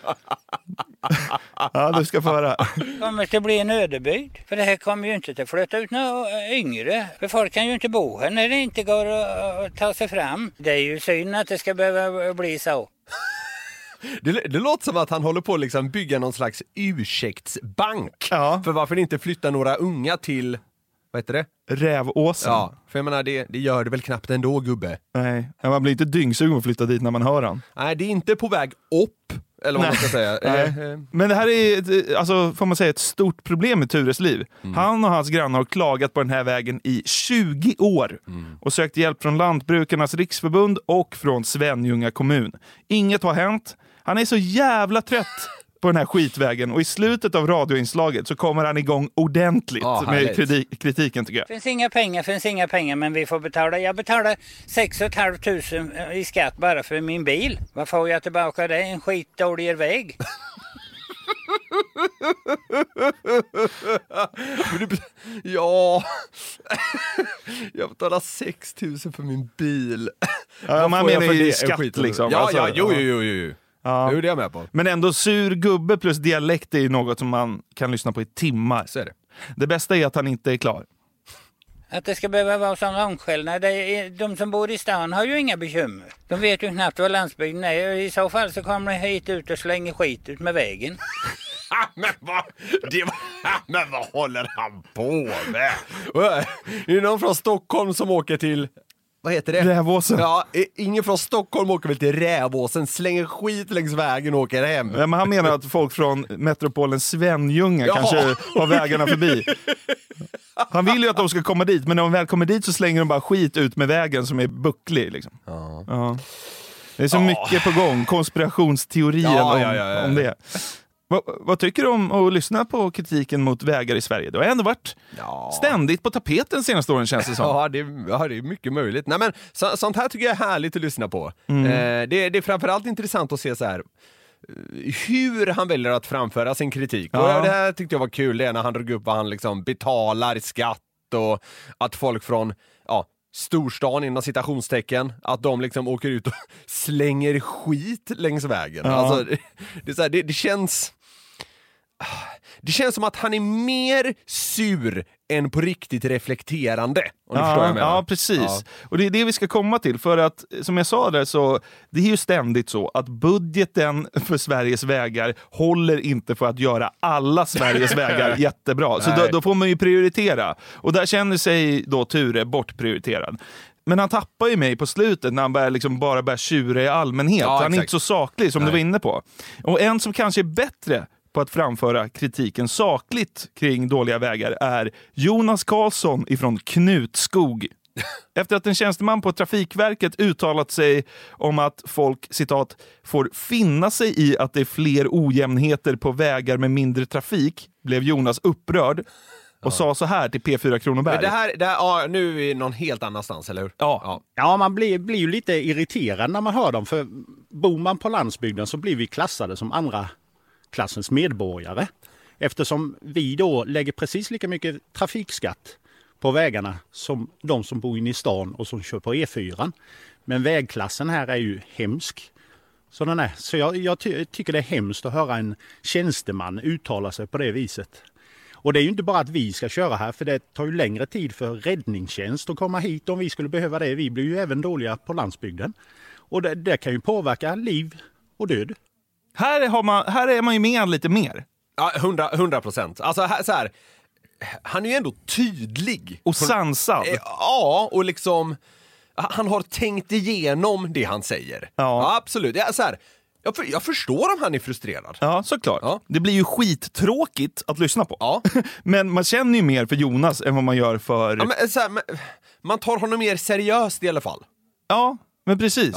Ja, du ska få höra. Det kommer att bli en ödebygd. För det här kommer ju inte att flytta ut några yngre. För folk kan ju inte bo här när det inte går att ta sig fram. Det är ju synd att det ska behöva bli så. Det, det låter som att han håller på att liksom bygga någon slags ursäktsbank. Ja. För varför inte flytta några unga till... Vad heter det? Rävåsen. Ja, för jag menar, det, det gör det väl knappt ändå, gubbe. Nej, man blir inte dyngsugen att flytta dit när man hör han. Nej, det är inte på väg upp, eller vad Nej. man ska säga. Nej. Men det här är, ett, alltså, får man säga, ett stort problem i Tures liv. Mm. Han och hans grannar har klagat på den här vägen i tjugo år mm. och sökt hjälp från Lantbrukarnas riksförbund och från Svenljunga kommun. Inget har hänt. Han är så jävla trött på den här skitvägen och i slutet av radioinslaget så kommer han igång ordentligt ja, med kritik, kritiken tycker jag. Finns inga pengar, finns inga pengar men vi får betala. Jag betalar sex och ett halvt tusen i skatt bara för min bil. Vad får jag tillbaka det? En skitdålig väg. Ja, jag betalar sex tusen för min bil. Ja, man menar ju skatt liksom. Ja, alltså, ja, jo, jo, jo, jo. Ja. Det är det jag med på. Men ändå sur gubbe plus dialekt är ju något som man kan lyssna på i timmar. Så är det. Det bästa är att han inte är klar. Att det ska behöva vara sån omskällnad. De som bor i stan har ju inga bekymmer. De vet ju knappt vad landsbygden är. I så fall så kommer de hit ut och slänger skit ut med vägen. men, vad, det var, men vad håller han på med? Är det någon från Stockholm som åker till... Vad heter det? Rävåsen. Ja, ingen från Stockholm åker väl till Rävåsen, slänger skit längs vägen och åker hem. Ja, men han menar att folk från metropolen Svenljunga ja. kanske har vägarna förbi. Han vill ju att de ska komma dit, men när de väl kommer dit så slänger de bara skit ut med vägen som är bucklig. Liksom. Ja. Ja. Det är så ja. mycket på gång, konspirationsteorier ja, om, ja, ja, ja. om det. Va, vad tycker du om att lyssna på kritiken mot vägar i Sverige? Det har ändå varit ja. ständigt på tapeten senaste åren, känns det som. Ja, det, ja, det är mycket möjligt. Nej, men, så, sånt här tycker jag är härligt att lyssna på. Mm. Eh, det, det är framförallt intressant att se så här hur han väljer att framföra sin kritik. Ja. Och det här tyckte jag var kul, det är när han drog upp vad han liksom betalar skatt och att folk från ja, storstan inom citationstecken, att de liksom åker ut och slänger skit längs vägen. Ja. Alltså, det, det, är så här, det, det känns... Det känns som att han är mer sur än på riktigt reflekterande. Om ja, du förstår jag menar. Ja, precis. Ja. Och det är det vi ska komma till. För att, som jag sa där, så det är ju ständigt så att budgeten för Sveriges vägar håller inte för att göra alla Sveriges vägar jättebra. Så då, då får man ju prioritera. Och där känner sig då Ture bortprioriterad. Men han tappar ju mig på slutet när han börjar liksom bara börjar tjura i allmänhet. Ja, han är inte så saklig som Nej. du var inne på. Och en som kanske är bättre på att framföra kritiken sakligt kring dåliga vägar är Jonas Karlsson ifrån Knutskog. Efter att en tjänsteman på Trafikverket uttalat sig om att folk, citat, får finna sig i att det är fler ojämnheter på vägar med mindre trafik, blev Jonas upprörd och ja. sa så här till P fyra Kronoberg. Men det här, det här ja, nu är vi någon helt annanstans, eller hur? Ja, ja. ja man blir, blir ju lite irriterad när man hör dem, för bor man på landsbygden så blir vi klassade som andra klassens medborgare, eftersom vi då lägger precis lika mycket trafikskatt på vägarna som de som bor inne i stan och som kör på E fyra. Men vägklassen här är ju hemsk. Så, den är. så jag, jag ty- tycker det är hemskt att höra en tjänsteman uttala sig på det viset. Och det är ju inte bara att vi ska köra här, för det tar ju längre tid för räddningstjänst att komma hit om vi skulle behöva det. Vi blir ju även dåliga på landsbygden. Och det, det kan ju påverka liv och död. Här, har man, här är man ju med lite mer. Ja, hundra procent. Alltså här, så här, han är ju ändå tydlig. Och sansad. Ja, och liksom, han har tänkt igenom det han säger. Ja, ja absolut. Ja, så här, jag, för, jag förstår om han är frustrerad. Ja, såklart. Ja. Det blir ju skittråkigt att lyssna på. Ja. Men man känner ju mer för Jonas än vad man gör för... Ja, men, så här, men, man tar honom mer seriöst i alla fall. Ja, men precis. Ja.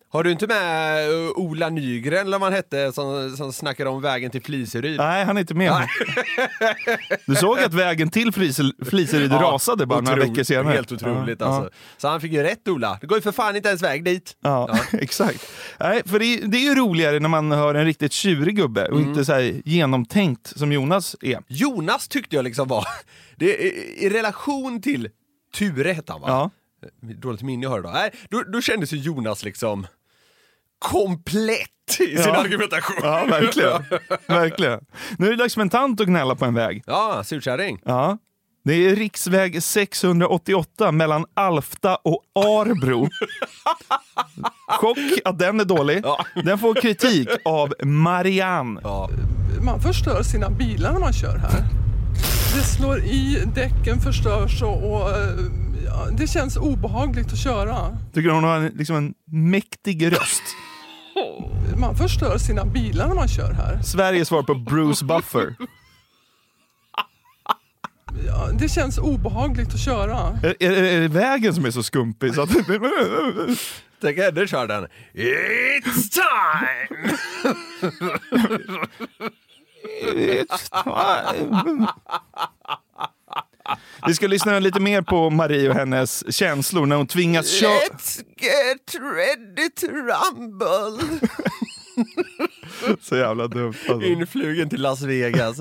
Har du inte med uh, Ola Nygren eller vad han hette som, som snackade om vägen till Fliseryd? Nej, han är inte med. Du såg att vägen till Flis- Fliseryd ja, rasade bara några veckor senare. Helt otroligt ja, alltså. Ja. Så han fick ju rätt, Ola. Det går ju för fan inte ens väg dit. Ja, ja. Exakt. Nej, för det, det är ju roligare när man hör en riktigt tjurig gubbe och mm. inte så här genomtänkt som Jonas är. Jonas tyckte jag liksom var det, i, i relation till Ture hette han va? Ja. Dåligt minne jag hör då. Nej, då, då kändes ju Jonas liksom komplett i sin ja. argumentation. Ja, verkligen. verkligen. Nu är det dags för en tant att gnälla på en väg. Ja, surkärring. Ja. Det är riksväg sexhundraåttioåtta mellan Alfta och Arbro. Chock att den är dålig. Ja. Den får kritik av Marianne. Ja. Man förstör sina bilar när man kör här. Det slår i, däcken förstörs och, och ja, det känns obehagligt att köra. Tycker hon har en, liksom en mäktig röst. Man förstör sina bilar när man kör här. Sveriges svar på Bruce Buffer. Ja, det känns obehagligt att köra. Är, är, är det vägen som är så skumpig? Så att... Tänk henne kör den. It's time! It's time! Vi ska lyssna lite mer på Marie och hennes känslor när hon tvingas köra. Let's get ready to rumble. Så jävla dumt. Alltså. Influgen till Las Vegas.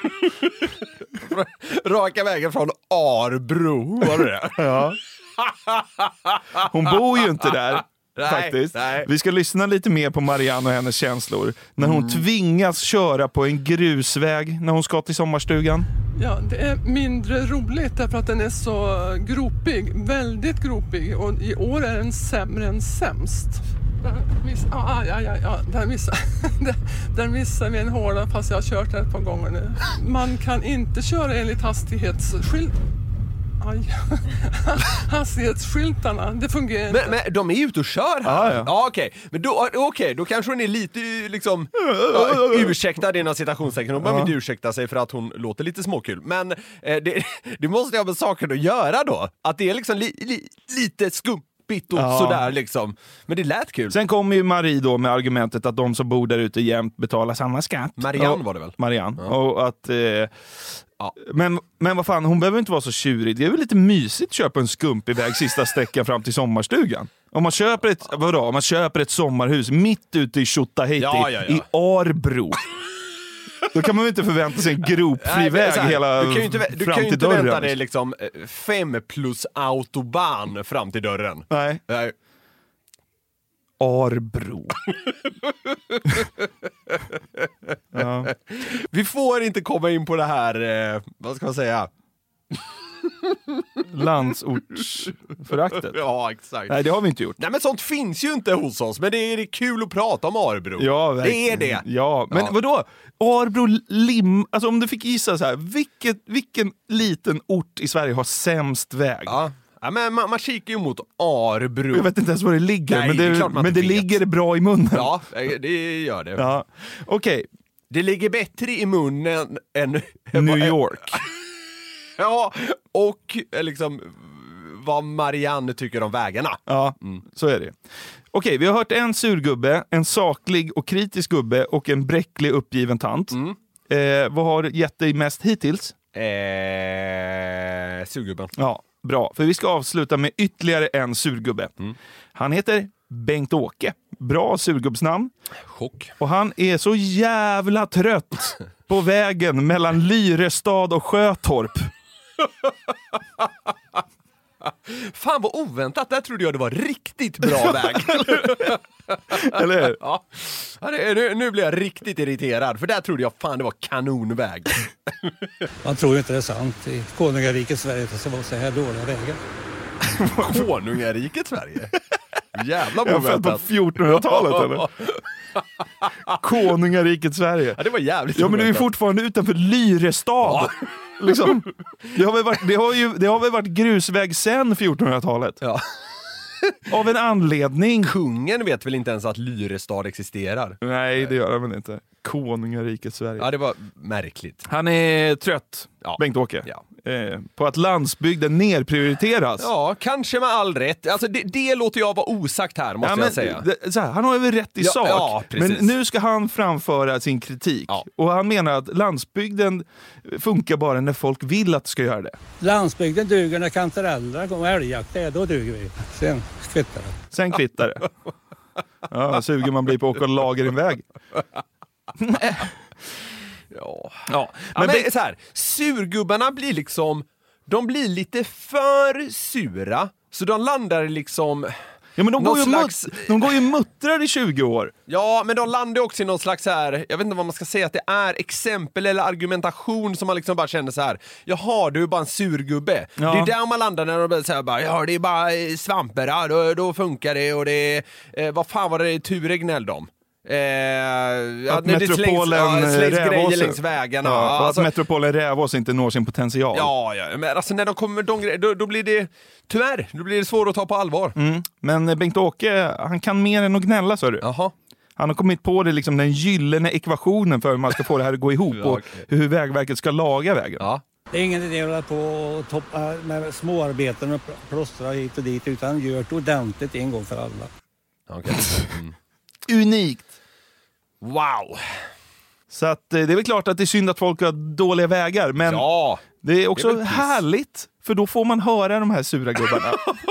Raka vägen från Arbro, var det det? Ja. Hon bor ju inte där. Nej, faktiskt. Nej. Vi ska lyssna lite mer på Marianne och hennes känslor när hon mm. tvingas köra på en grusväg när hon ska till sommarstugan. Ja, det är mindre roligt därför att den är så gropig, väldigt gropig, och i år är den sämre än sämst. Miss, ah, ja, ja, ja, där missar, där missar vi en hårda fast jag har kört den ett par gånger nu. Man kan inte köra enligt hastighetsskylt. Aj. Hastighetsskyltarna, det fungerar inte. Men, men de är ute och kör här. Ah, ja. Ja, okej. Men då, okay, då kanske hon är lite liksom ja, ursäktad inom citationstecken. Hon behöver inte ursäkta sig för att hon låter lite småkul. Men eh, det, det måste ha med saker att göra då. Att det är liksom li, li, lite skumpigt och ja. sådär liksom. Men det lät kul. Sen kommer ju Marie då med argumentet att de som bor där ute jämt betalar samma skatt. Marianne och, var det väl? Marianne. Ja. Och att... Eh, Ja. Men, men vad fan, hon behöver inte vara så tjurig. Det är väl lite mysigt att köpa en skumpig väg sista sträckan fram till sommarstugan. Om man köper ett, vadå, om man köper ett sommarhus mitt ute i Tjotahejti ja, ja, ja. i Arbro. Då kan man ju inte förvänta sig en gropfri Nej, väg här, hela du kan ju inte, du fram kan ju till inte dörren. vänta dig liksom fem plus autobahn fram till dörren. Nej. Nej. Arbro. Ja. Vi får inte komma in på det här, eh, vad ska man säga? Landsortsföraktet. Ja, exakt. Nej, det har vi inte gjort. Nej, men sånt finns ju inte hos oss. Men det är, det är kul att prata om Arbro. Ja, det är det. Ja, men ja. vadå? Arbro lim... Alltså om du fick gissa så här, vilket, vilken liten ort i Sverige har sämst väg? Ja. Ja, men man, man kikar ju mot Arbro. Jag vet inte ens var det ligger, Nej, men det, det, men det ligger bra i munnen. Ja, det gör det. Ja. Okej. Okay. Det ligger bättre i munnen än... New York. Ja, och liksom vad Marianne tycker om vägarna. Ja, mm. så är det. Okej, okay, vi har hört en surgubbe, en saklig och kritisk gubbe och en bräcklig uppgiven tant. Mm. Eh, vad har gett dig mest hittills? Eh, surgubben. Ja, bra. För vi ska avsluta med ytterligare en surgubbe. Mm. Han heter Bengt-Åke. Bra surgubbsnamn. Chock. Och han är så jävla trött på vägen mellan Lyrestad och Sjötorp. Fan vad oväntat, där trodde jag det var riktigt bra väg. Eller hur? Ja. Ja, det, nu, nu blir jag riktigt irriterad, för där trodde jag fan det var kanonväg. Man tror ju inte det är sant i konungariket Sverige att det ska vara så här dåliga vägar. Konungariket Sverige? Jävla oväntat. Jag på fjortonhundratalet eller? Konungariket Sverige. Ja, det var jävligt Ja, men det är ju fortfarande utanför Lyrestad. Ja. Liksom. Det har väl varit, det har ju, det har väl varit grusväg sedan fjortonhundratalet. Ja. Av en anledning. Kungen vet väl inte ens att Lyrestad existerar? Nej, det gör han väl inte. Konungariket Sverige. Ja, det var märkligt. Han är trött, ja. Bengt-Åke. Ja. eh, på att landsbygden nerprioriteras. Ja, kanske med all rätt. Alltså det, det låter jag vara osagt här, måste ja, men, jag säga. Det, så här, han har väl rätt i ja, sak, ja, men nu ska han framföra sin kritik. Ja. Och han menar att landsbygden funkar bara när folk vill att det ska göra det. Landsbygden duger när kantarellerna kommer, älgjakt, det, då duger vi. Sen kvittar det. Sen kvittar det. Ja, suger man blir på att åka lager en väg. Ja. Ja. Men, Men men så här, surgubbarna blir liksom, de blir lite för sura, så de landar liksom... Ja, men de går, ju slags... mut- de går ju muttrar i tjugo år. Ja, men de landar också i någon slags så här, jag vet inte vad man ska säga, att det är exempel eller argumentation som man liksom bara känner så här. Jaha, du är bara en surgubbe. Ja. Det är där man landar när de blir så här bara, ja, det är bara svamper, ja, då, då funkar det, och det är, eh, vad fan var det Ture gnällde om? Eh, ja, att metropolen slängs, ja, slängs grejer Rävås, längs vägarna. ja, och alltså, att metropolen Rävås inte når sin potential. Ja, ja, men alltså när de kommer med de grejer, då, då blir det, tyvärr, då blir det svårt att ta på allvar. Mm. Men Bengt-Åke, han kan mer än att gnälla, så du. Jaha. Han har kommit på det, liksom, den gyllene ekvationen för hur man ska få det här att gå ihop Ja, och okay. hur Vägverket ska laga vägen. Ja. Det är ingen idé att hålla på och toppa med småarbeten och plåstra hit och dit, utan gör det ordentligt en gång för alla. Okay. Mm. Unikt. Wow. Så att, eh, det är väl klart att det är synd att folk har dåliga vägar, men ja, det är också det är härligt, för då får man höra de här sura gubbarna.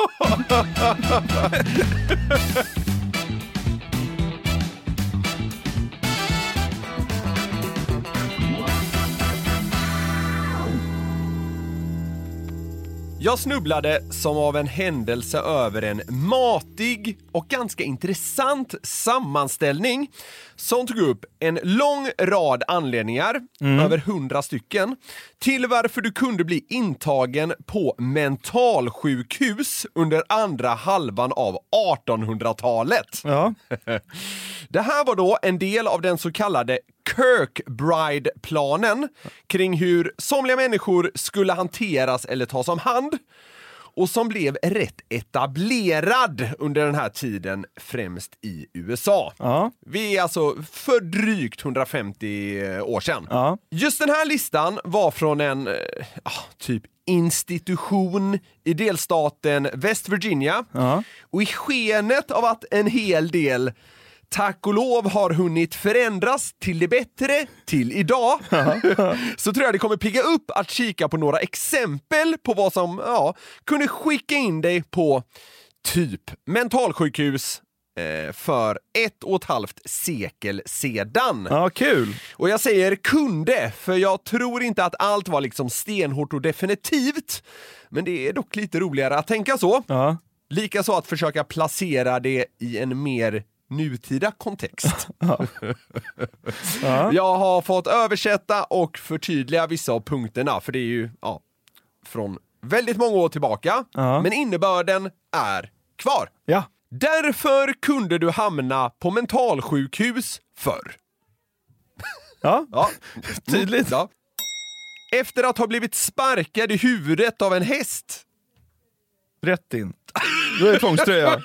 Jag snubblade som av en händelse över en matig och ganska intressant sammanställning som tog upp en lång rad anledningar, Mm. över hundra stycken, till varför du kunde bli intagen på mentalsjukhus under andra halvan av artonhundratalet. Ja. Det här var då en del av den så kallade Kirkbride-planen kring hur somliga människor skulle hanteras eller tas om hand, och som blev rätt etablerad under den här tiden, främst i U S A. Ja. Vi är alltså för drygt hundrafemtio år sedan. Ja. Just den här listan var från en eh, typ institution i delstaten West Virginia. Ja. Och i skenet av att en hel del, tack och lov, har hunnit förändras till det bättre till idag, så tror jag det kommer pigga upp att kika på några exempel på vad som ja, kunde skicka in dig på typ mentalsjukhus eh, för ett och ett halvt sekel sedan. Ja, kul. Och jag säger kunde, för jag tror inte att allt var liksom stenhårt och definitivt, men det är dock lite roligare att tänka så. Ja. Likaså att försöka placera det i en mer nutida kontext. Ja. Ja. Jag har fått översätta och förtydliga vissa av punkterna, för det är ju ja, från väldigt många år tillbaka, Ja. men innebörden är kvar. Ja. Därför kunde du hamna på mentalsjukhus förr. Ja. Ja. Tydligt. Ja. Efter att ha blivit sparkad i huvudet av en häst. Rätt in. Då är det tvångströja.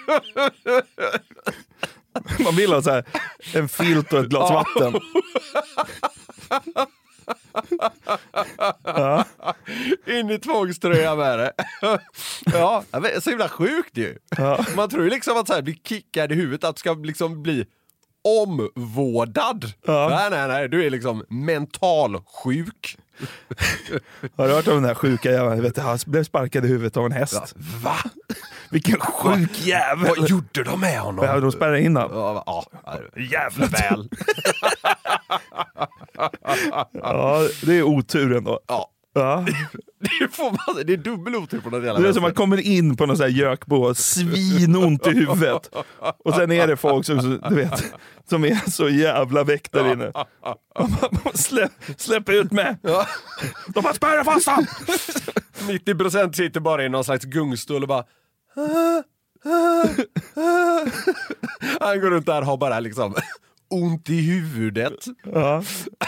Man vill ha så här en filt och ett glas vatten. Ja. In i tvångströja med det. Ja, så himla sjukt ju. Ja. Man tror ju liksom att så här, bli kickad i huvudet, att det ska liksom bli omvårdad. Ja. Nej, nej, nej, du är liksom mentalsjuk. Har du hört om den där sjuka jäveln? Vet du, han blev sparkad i huvudet av en häst. Ja. Va? Vilken sjuk jävel! Vad gjorde de med honom? Ja, de spärrade in honom. Ja, ja, jävla väl. Ja, det är otur ändå. Ja. Ja. Det, får man, det är dubbel otur på något jävla Det är som man kommer in på någon sån här gökbo, svinont i huvudet. Och sen är det folk som, du vet, som är så jävla väck där inne. Släpp, släpp ut med! Ja. De har spärrat fast han! nittio procent sitter bara i någon slags gungstol och bara... Han går runt där och har bara liksom ont i huvudet. Ja.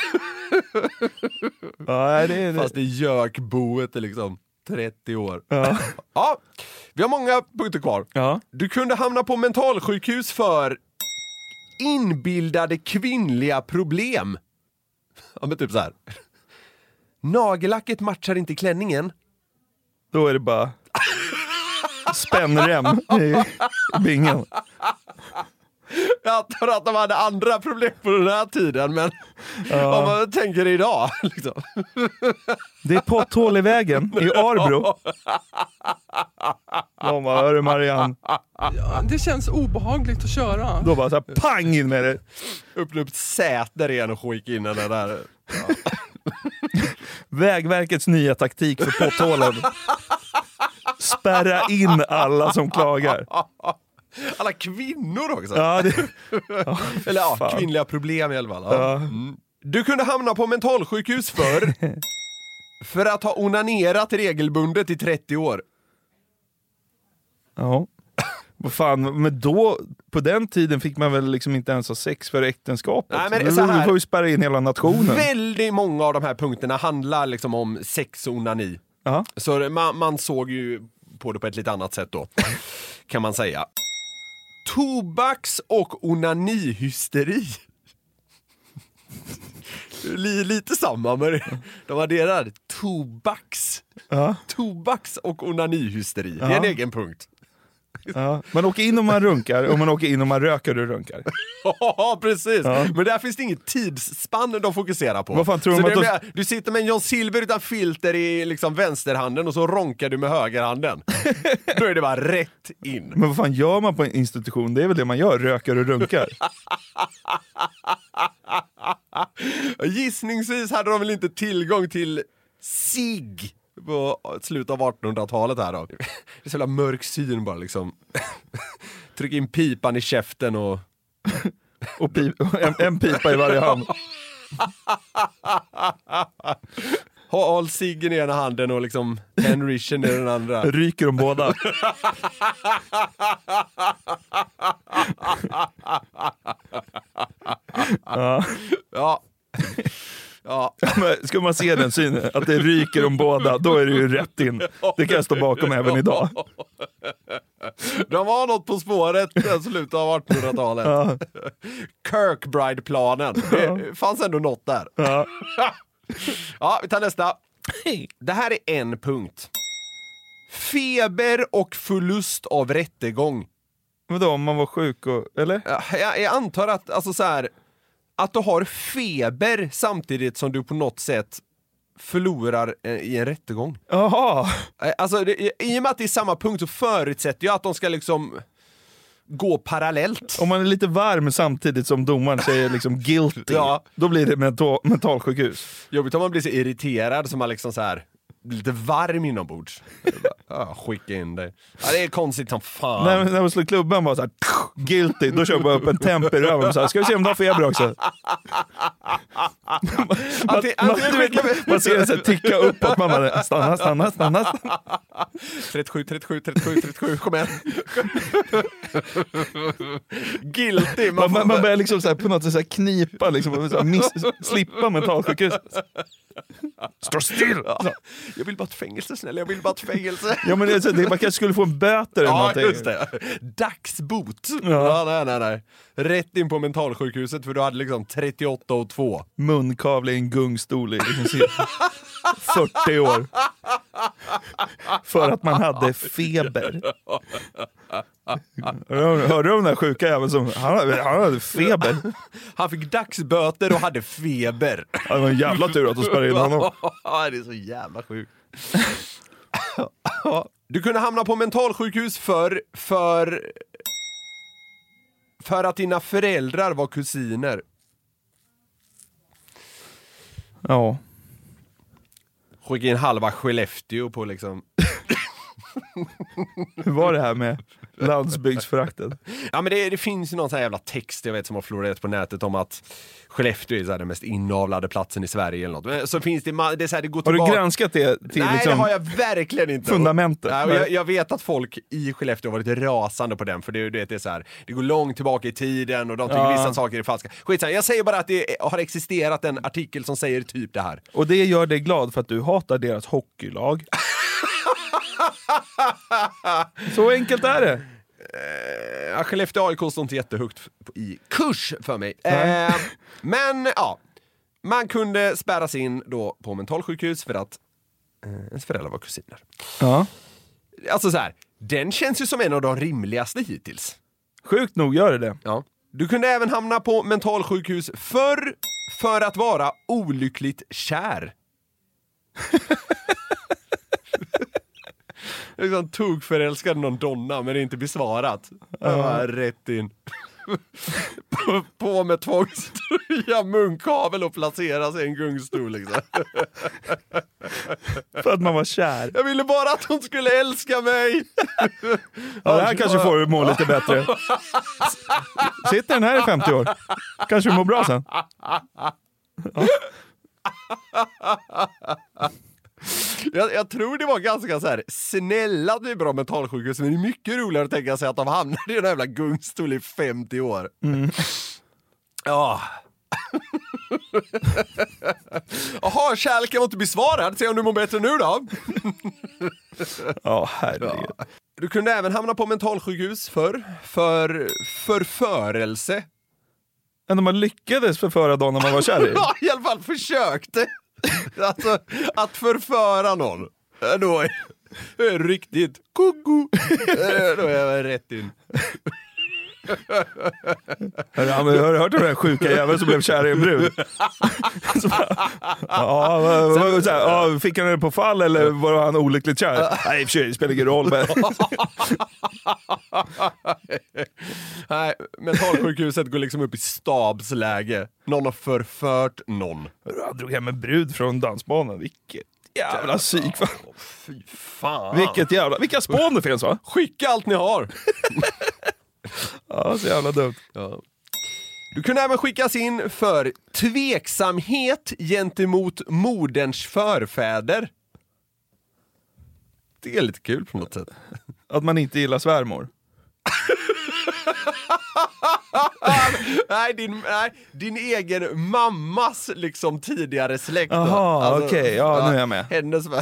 Ja, det är det. Fast det gökboet är liksom trettio år. Ja. Ja, vi har många punkter kvar. Ja. Du kunde hamna på mentalsjukhus för inbildade kvinnliga problem. Ja, men typ så här. Nagellacket matchar inte klänningen. Då är det bara spännrem i bingen. Jag tror att de hade andra problem på den här tiden, men ja. Om man tänker idag liksom. Det är potthål i vägen i Arbro. De bara, hörru Marianne. Ja, det känns obehagligt att köra. Då bara så här, pang in med det. Öppna upp säter igen och skicka in den där. Ja. Vägverkets nya taktik för potthålen. Spärra in alla som klagar. Alla kvinnor också. Ja, det... oh, Eller ja, fan. Kvinnliga problem i alla fall. Ja. Ja. Mm. Du kunde hamna på mentalsjukhus för för att ha onanerat regelbundet i trettio år. Ja. Vad fan, men då på den tiden fick man väl liksom inte ens ha sex för äktenskapet. Nej, men det är så här, du får ju spärra in hela nationen. Väldigt många av de här punkterna handlar liksom om sex och onani. Ja. Så man, man såg ju på det på ett lite annat sätt då, kan man säga. Tobaks- och onanihysteri. Lite samma, men de adderar tobaks. Ja. Tobaks- och onanihysteri. Ja. Det är en egen punkt. Ja. Man åker in om man runkar och man åker in om man röker och runkar. Ja, precis. Ja. Men där finns det inget tidsspann de fokuserar på. Vad fan tror så de det att blir, du sitter med en John Silver utan filter i liksom vänsterhanden och så ronkar du med högerhanden. Då är det bara rätt in. Men vad fan gör man på en institution? Det är väl det man gör, röker och runkar. Gissningsvis hade de väl inte tillgång till cigg på slutet av artonhundratalet här då. Det är så jävla mörk syn bara liksom. Tryck in pipan i käften och... och pip- en, en pipa i varje hand. Håll ciggen i ena handen och liksom Henrischen i den andra. Ryker de båda. Ja. Ja. Ja. Men ska man se den synen, att det ryker om båda, då är det ju rätt in. Det kan jag stå bakom även idag. De var något på spåret i slutet av artonhundratalet. Ja. Kirkbride-planen. Det fanns ändå något där. Ja. Ja, vi tar nästa. Det här är en punkt. Feber och förlust av rättegång. Vadå, om man var sjuk och, eller? Jag, jag antar att, alltså så här, att du har feber samtidigt som du på något sätt förlorar i en rättegång. Jaha. Alltså, det, i och med att det är samma punkt så förutsätter jag att de ska liksom gå parallellt. Om man är lite varm samtidigt som domaren säger liksom guilty, ja. Då blir det mental, mentalsjukhus. Jobbigt om man blir så irriterad som man liksom så här lite varm inombords. Ja, skicka in dig. Ja, det är konstigt som fan. När, när man slår klubban bara så här guilty, då kör man upp en temp i röven så här, ska vi se om du har feber också. man, man, man, man ser det så här ticka uppåt, man bara stanna, stanna, stanna. trettiosju, trettiosju, trettiosju, trettiosju, kom igen. Guilty. Man, man, man börjar liksom så här, på något sätt så här knipa liksom, så här, miss, slippa mentalsjukhus. Stå still! Ja. Jag vill bara ett fängelse, snälla. Jag vill bara ett fängelse. Ja, men det, det, man kanske skulle få en böter eller ja, någonting. Just det. Dagsbot. Ja. Ja, nej, nej, nej. Rätt in på mentalsjukhuset för du hade liksom trettioåtta och två. Munkavle i en gungstol i liksom fyrtio år. För att man hade feber. Hörde du om den där sjuka jäveln som han hade, han hade feber? Han fick dagsböter och hade feber. Ja, det var en jävla tur att de spärrade in honom. Ja, det är så jävla sjukt. Du kunde hamna på mentalsjukhus för för för att dina föräldrar var kusiner. Ja. Skicka in halva Skellefteå på liksom. Hur var det här med landsbygdsföraktet? Ja, men det, det finns ju någon sån här jävla text jag vet som har florerat på nätet om att Skellefteå är så här den mest inavlade platsen i Sverige eller något. Men så finns det, det är så här, det går har tillbaka. Du granskat det till Nej, liksom det har jag verkligen inte. Fundamentet. Ja, jag, jag vet att folk i Skellefteå har varit rasande på den, för det, det är så här, det går långt tillbaka i tiden och de tycker ja. vissa saker är falska. Skitsamma, jag säger bara att det har existerat en artikel som säger typ det här. Och det gör dig glad för att du hatar deras hockeylag. Så enkelt är det. Uh, Skellefteå A I K står inte jättehögt i kurs för mig. Uh, men ja, Man kunde spärras in då på mentalsjukhus för att eh, ens föräldrar var kusiner. Ja. Alltså så här, den känns ju som en av de rimligaste hittills. Sjukt nog gör det det. Ja. Du kunde även hamna på mentalsjukhus för, för att vara olyckligt kär. Liksom tog förälskad någon donna men det inte besvarat. Ja, rätt in. på, på med tvångströja, munkavel och placeras i en gungstol liksom. För att man var kär. Jag ville bara att hon skulle älska mig. Ja, det här kanske får du må lite bättre. Sitter den här i femtio år. Kanske du mår bra sen. Ja. Jag, jag tror det var ganska så här snälla typer av mentalsjukhus, men det är mycket roligare att tänka sig att de hamnade i en jävla gungstol i femtio år. Mm. Ja. Jaha, kärleken var inte besvarad. Se om du mår bättre nu då. Ja, herregud. Ja. Du kunde även hamna på mentalsjukhus för för förförelse. Ändå man lyckades förföra dagen när man var kär i. Ja, i alla fall försökte. Alltså, att förföra någon. Då är det riktigt koko. Då är jag rätt in. Ja, men har du hört om den här sjuka jäveln som blev kär i en brud? Så bara, ja, vad, vad, så här, ja, fick han det på fall eller var han olyckligt kär? Nej, i och för sig, det spelar ingen roll. Men... Nej, mentalsjukhuset går liksom upp i stabsläge. Någon har förfört någon. Han drog hem en brud från dansbanan. Vilket jävla psyk. Fy fan. Vilket jävla, vilka spån det finns, va? Skicka allt ni har. Ja, så jävla dumt. Ja. Du kunde även skickas in för tveksamhet gentemot moderns förfäder. Det är lite kul på något sätt. Att man inte gillar svärmor. nej, din, nej, din egen mammas liksom tidigare släkt. Jaha, alltså, okej, okay. Ja, nu är jag med. Hennes svär...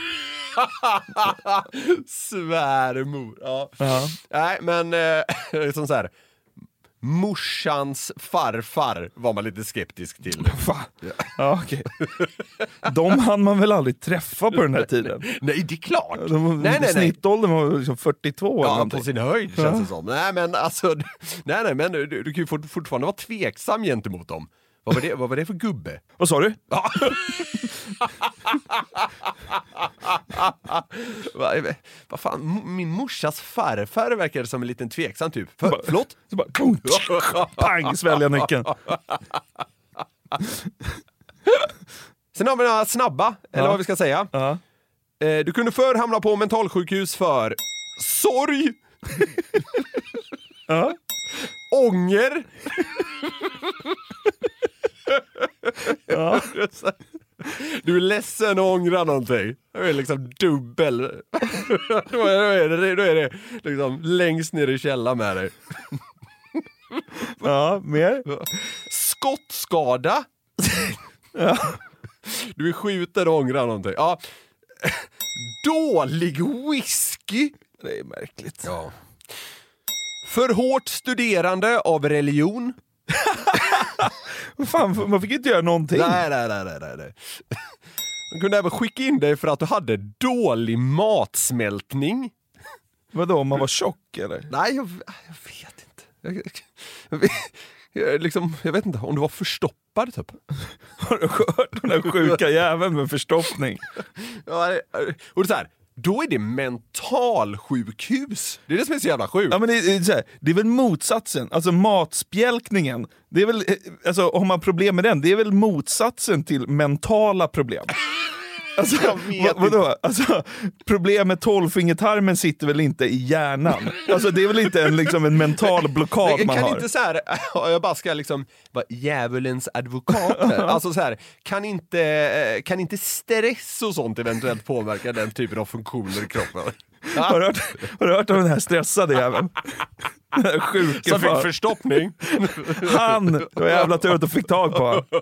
svärmor. Ja. Uh-huh. Nej, men eh, som så här, morsans farfar var man lite skeptisk till. Fan. Ja, ja okej. Okay. De hann man väl aldrig träffa på den här tiden? Nej, det är klart. De, nej, nej, snittåldern var liksom fyrtiotvå. Ja, på sin höjd känns det som. Nej, men alltså, nej, nej, men du, du kan ju fortfarande vara tveksam gentemot dem. Vad var det, vad var det för gubbe? Vad sa du? Ja. vad, vad fan, min morsas farfar verkar som en liten tveksam typ. För, bara, förlåt? Så bara, pum, pang, svälja nyckeln. Sen har vi några snabba, eller ja. vad vi ska säga. Ja. Du kunde förr hamna på mentalsjukhus för sorg. Ja. Ånger. Ja. Du är ledsen och ångrar någonting. Det är liksom dubbel. Då är det, då är det liksom längst ner i källan med dig. Ja, mer. Skottskada. Ja. Du är skjuten och ångrar någonting. Ja. Dålig whisky. Det är märkligt. Ja. För hårt studerande av religion. Fan, man fick inte göra någonting. Nej, nej, nej, nej, nej. De kunde även skicka in dig för att du hade dålig matsmältning. Vadå, om man var tjock eller? Nej, jag, jag vet inte. Jag, jag, vet, jag, liksom, jag vet inte, om du var förstoppad typ. Har du hört den där sjuka jäveln med förstoppning? Ja, och så här. Då är det mentalsjukhus. Det är det som är så jävla sjukt. Ja, men det, är, så här, det är väl motsatsen. Alltså matspjälkningen. Det är väl, alltså, om man har problem med den, det är väl motsatsen till mentala problem. Alltså, vad, vadå? Alltså, problem med tolvfingertarmen sitter väl inte i hjärnan? Alltså, det är väl inte en, liksom, en mental blockad jag man kan har? Inte så här, jag bara ska liksom vara djävulens advokat här. Alltså så här, kan inte, kan inte stress och sånt eventuellt påverka den typen av funktioner i kroppen? Ja. Har, du hört, har du hört om den här stressade jäveln? Den här sjuke som fick far. förstoppning. Han, det var jävla tur att du fick tag på han.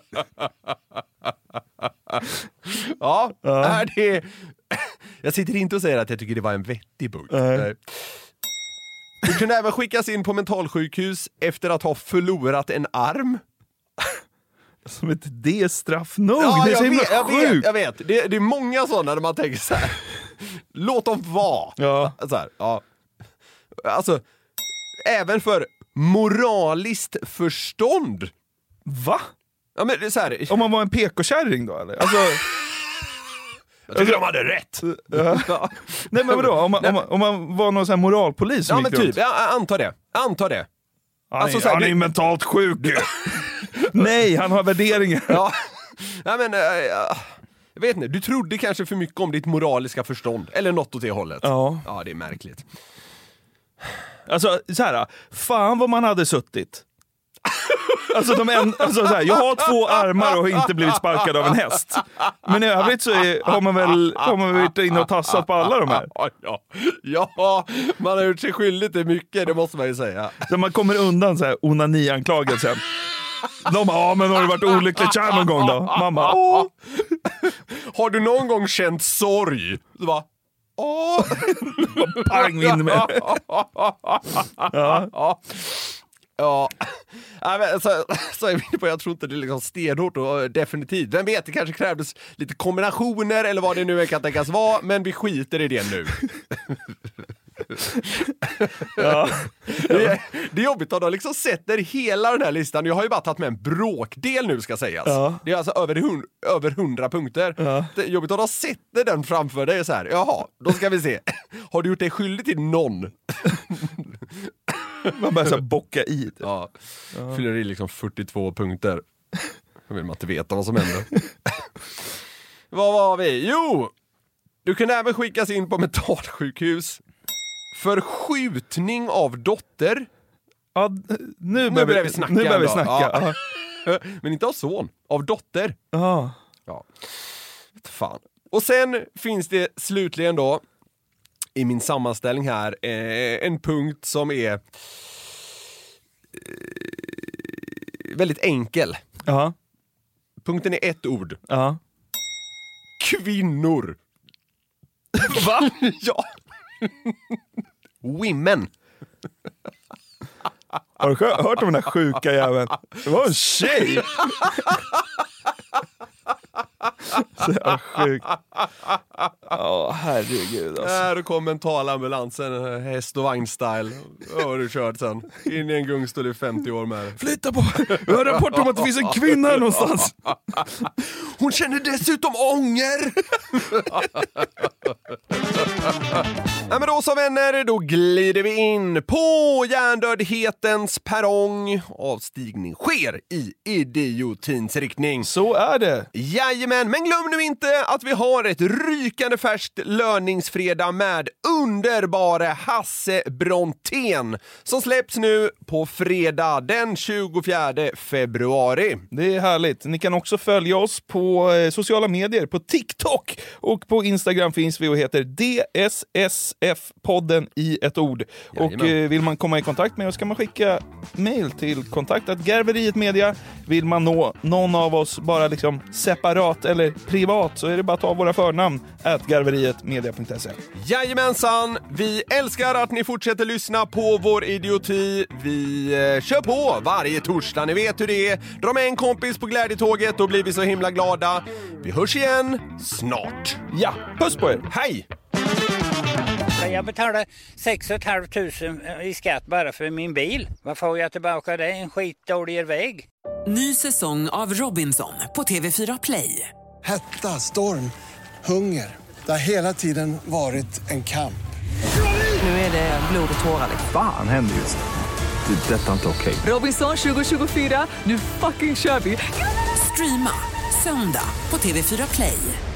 Ja, ja. Är det... Jag sitter inte och säger att jag tycker det var en vettig bok. Nej. Du kunde även skickas in på mentalsjukhus efter att ha förlorat en arm. Som ett det straff nog. Ja, det är så jag himla vet, jag vet, sjukt. jag vet. Det, det är många sådana där man tänker så här. Låt dem vara. Ja. Så här, ja. Alltså, även för moraliskt förstånd. Va? Ja, men det är så här. Om man var en P K-kärring då, eller? Alltså... Jag tycker de hade rätt. Ja. Nej, men vadå? Om man, om man, om man var någon sån här moralpolis som Ja, men gick runt. typ. Jag antar det. Antar det. Han, Alltså, är, så här, han är det- mentalt sjuk. Nej, han har värderingar. Ja. Nej, men... äh, jag vet inte, du trodde kanske för mycket om ditt moraliska förstånd. Eller något åt det hållet. Ja. Ja, det är märkligt. Alltså, så här, fan vad man hade suttit. Alltså, de en, alltså så här, jag har två armar och har inte blivit sparkad av en häst. Men i övrigt så är, har man väl har man väl varit inne och tassat på alla de här. Ja, ja, man har gjort sig skyldig till mycket, det måste man ju säga. Så man kommer undan så här onani-anklagelsen. De bara, ja men har du varit olyckligt kär någon gång då? Mamma, åh. Har du någon gång känt sorg? Du bara, åh. Pang in med. Ja. Ja. Ja, ja men, så, så är vi inne på, jag tror inte det är liksom stenhårt och definitivt. Vem vet, det kanske krävdes lite kombinationer eller vad det nu kan tänkas vara, men vi skiter i det nu. Ja. Det, är, det är jobbigt att de liksom sätter hela den här listan. Jag har ju bara tagit med en bråkdel nu, ska sägas. Ja. Det är alltså över, hund, över hundra punkter. Ja. Det är jobbigt att de sätter den framför dig så här. Jaha, då ska vi se. Har du gjort dig skyldig till någon? Man börjar så här bocka i det. Ja, ja. Fyller i liksom fyrtiotvå punkter. Då vill man inte veta vad som händer. Vad var vi? Jo! Du kan även skickas in på mentalsjukhus för skjutning av dotter. Ja, nu, Nu börjar börjar vi, vi snacka. nu börjar vi ändå. snacka. Ja. Men inte av son, av dotter. Ja. Ja. Fan. Och sen finns det slutligen då i min sammanställning här eh, en punkt som är eh, väldigt enkel. Ja. Punkten är ett ord. Ja. Kvinnor. Va? Ja. Women. Har du hört om den här sjuka jäveln? Det var en tjej. Så jävla sjukt. Ja, herregud alltså. Där kom mentalambulansen, häst och vagnstyle. Vad har du kört sen? In i en gungstol i femtio år med. Flytta på! Jag har rapport om att det finns en kvinna här någonstans. Hon känner dessutom ånger. Ja, men då så vänner, då glider vi in på hjärndödhetens perrong. Avstigning sker i idiotins riktning. Så är det. Jajamän, men glöm nu inte att vi har ett rykande färskt löningsfredag med underbara Hasse Brontén som släpps nu på fredag den tjugofjärde februari. Det är härligt. Ni kan också följa oss på eh, sociala medier, på TikTok och på Instagram finns vi och heter D S S F-podden i ett ord. Jajamän. Och eh, vill man komma i kontakt med oss kan man skicka mail till kontakt at garveriet media. Vill man nå någon av oss bara liksom separat eller privat så är det bara att ta våra förnamn at garverietmedia punkt se. Jajamensan, vi älskar att ni fortsätter lyssna på vår idioti. Vi eh, kör på varje torsdag, ni vet hur det är. Dra med en kompis på glädjetåget och blir vi så himla glada. Vi hörs igen snart. Ja, puss på er. Hej! Jag betalar sex och ett halvt tusen i skatt bara för min bil. Vad får jag tillbaka det? En skitdålig väg. Ny säsong av Robinson på T V fyra Play. Hetta, storm, hunger. Det har hela tiden varit en kamp. Nu är det blod och tårar. Fan händer just det. Det är detta inte okej. Robinson tjugo tjugofyra, nu fucking kör vi. Streama söndag på T V fyra Play.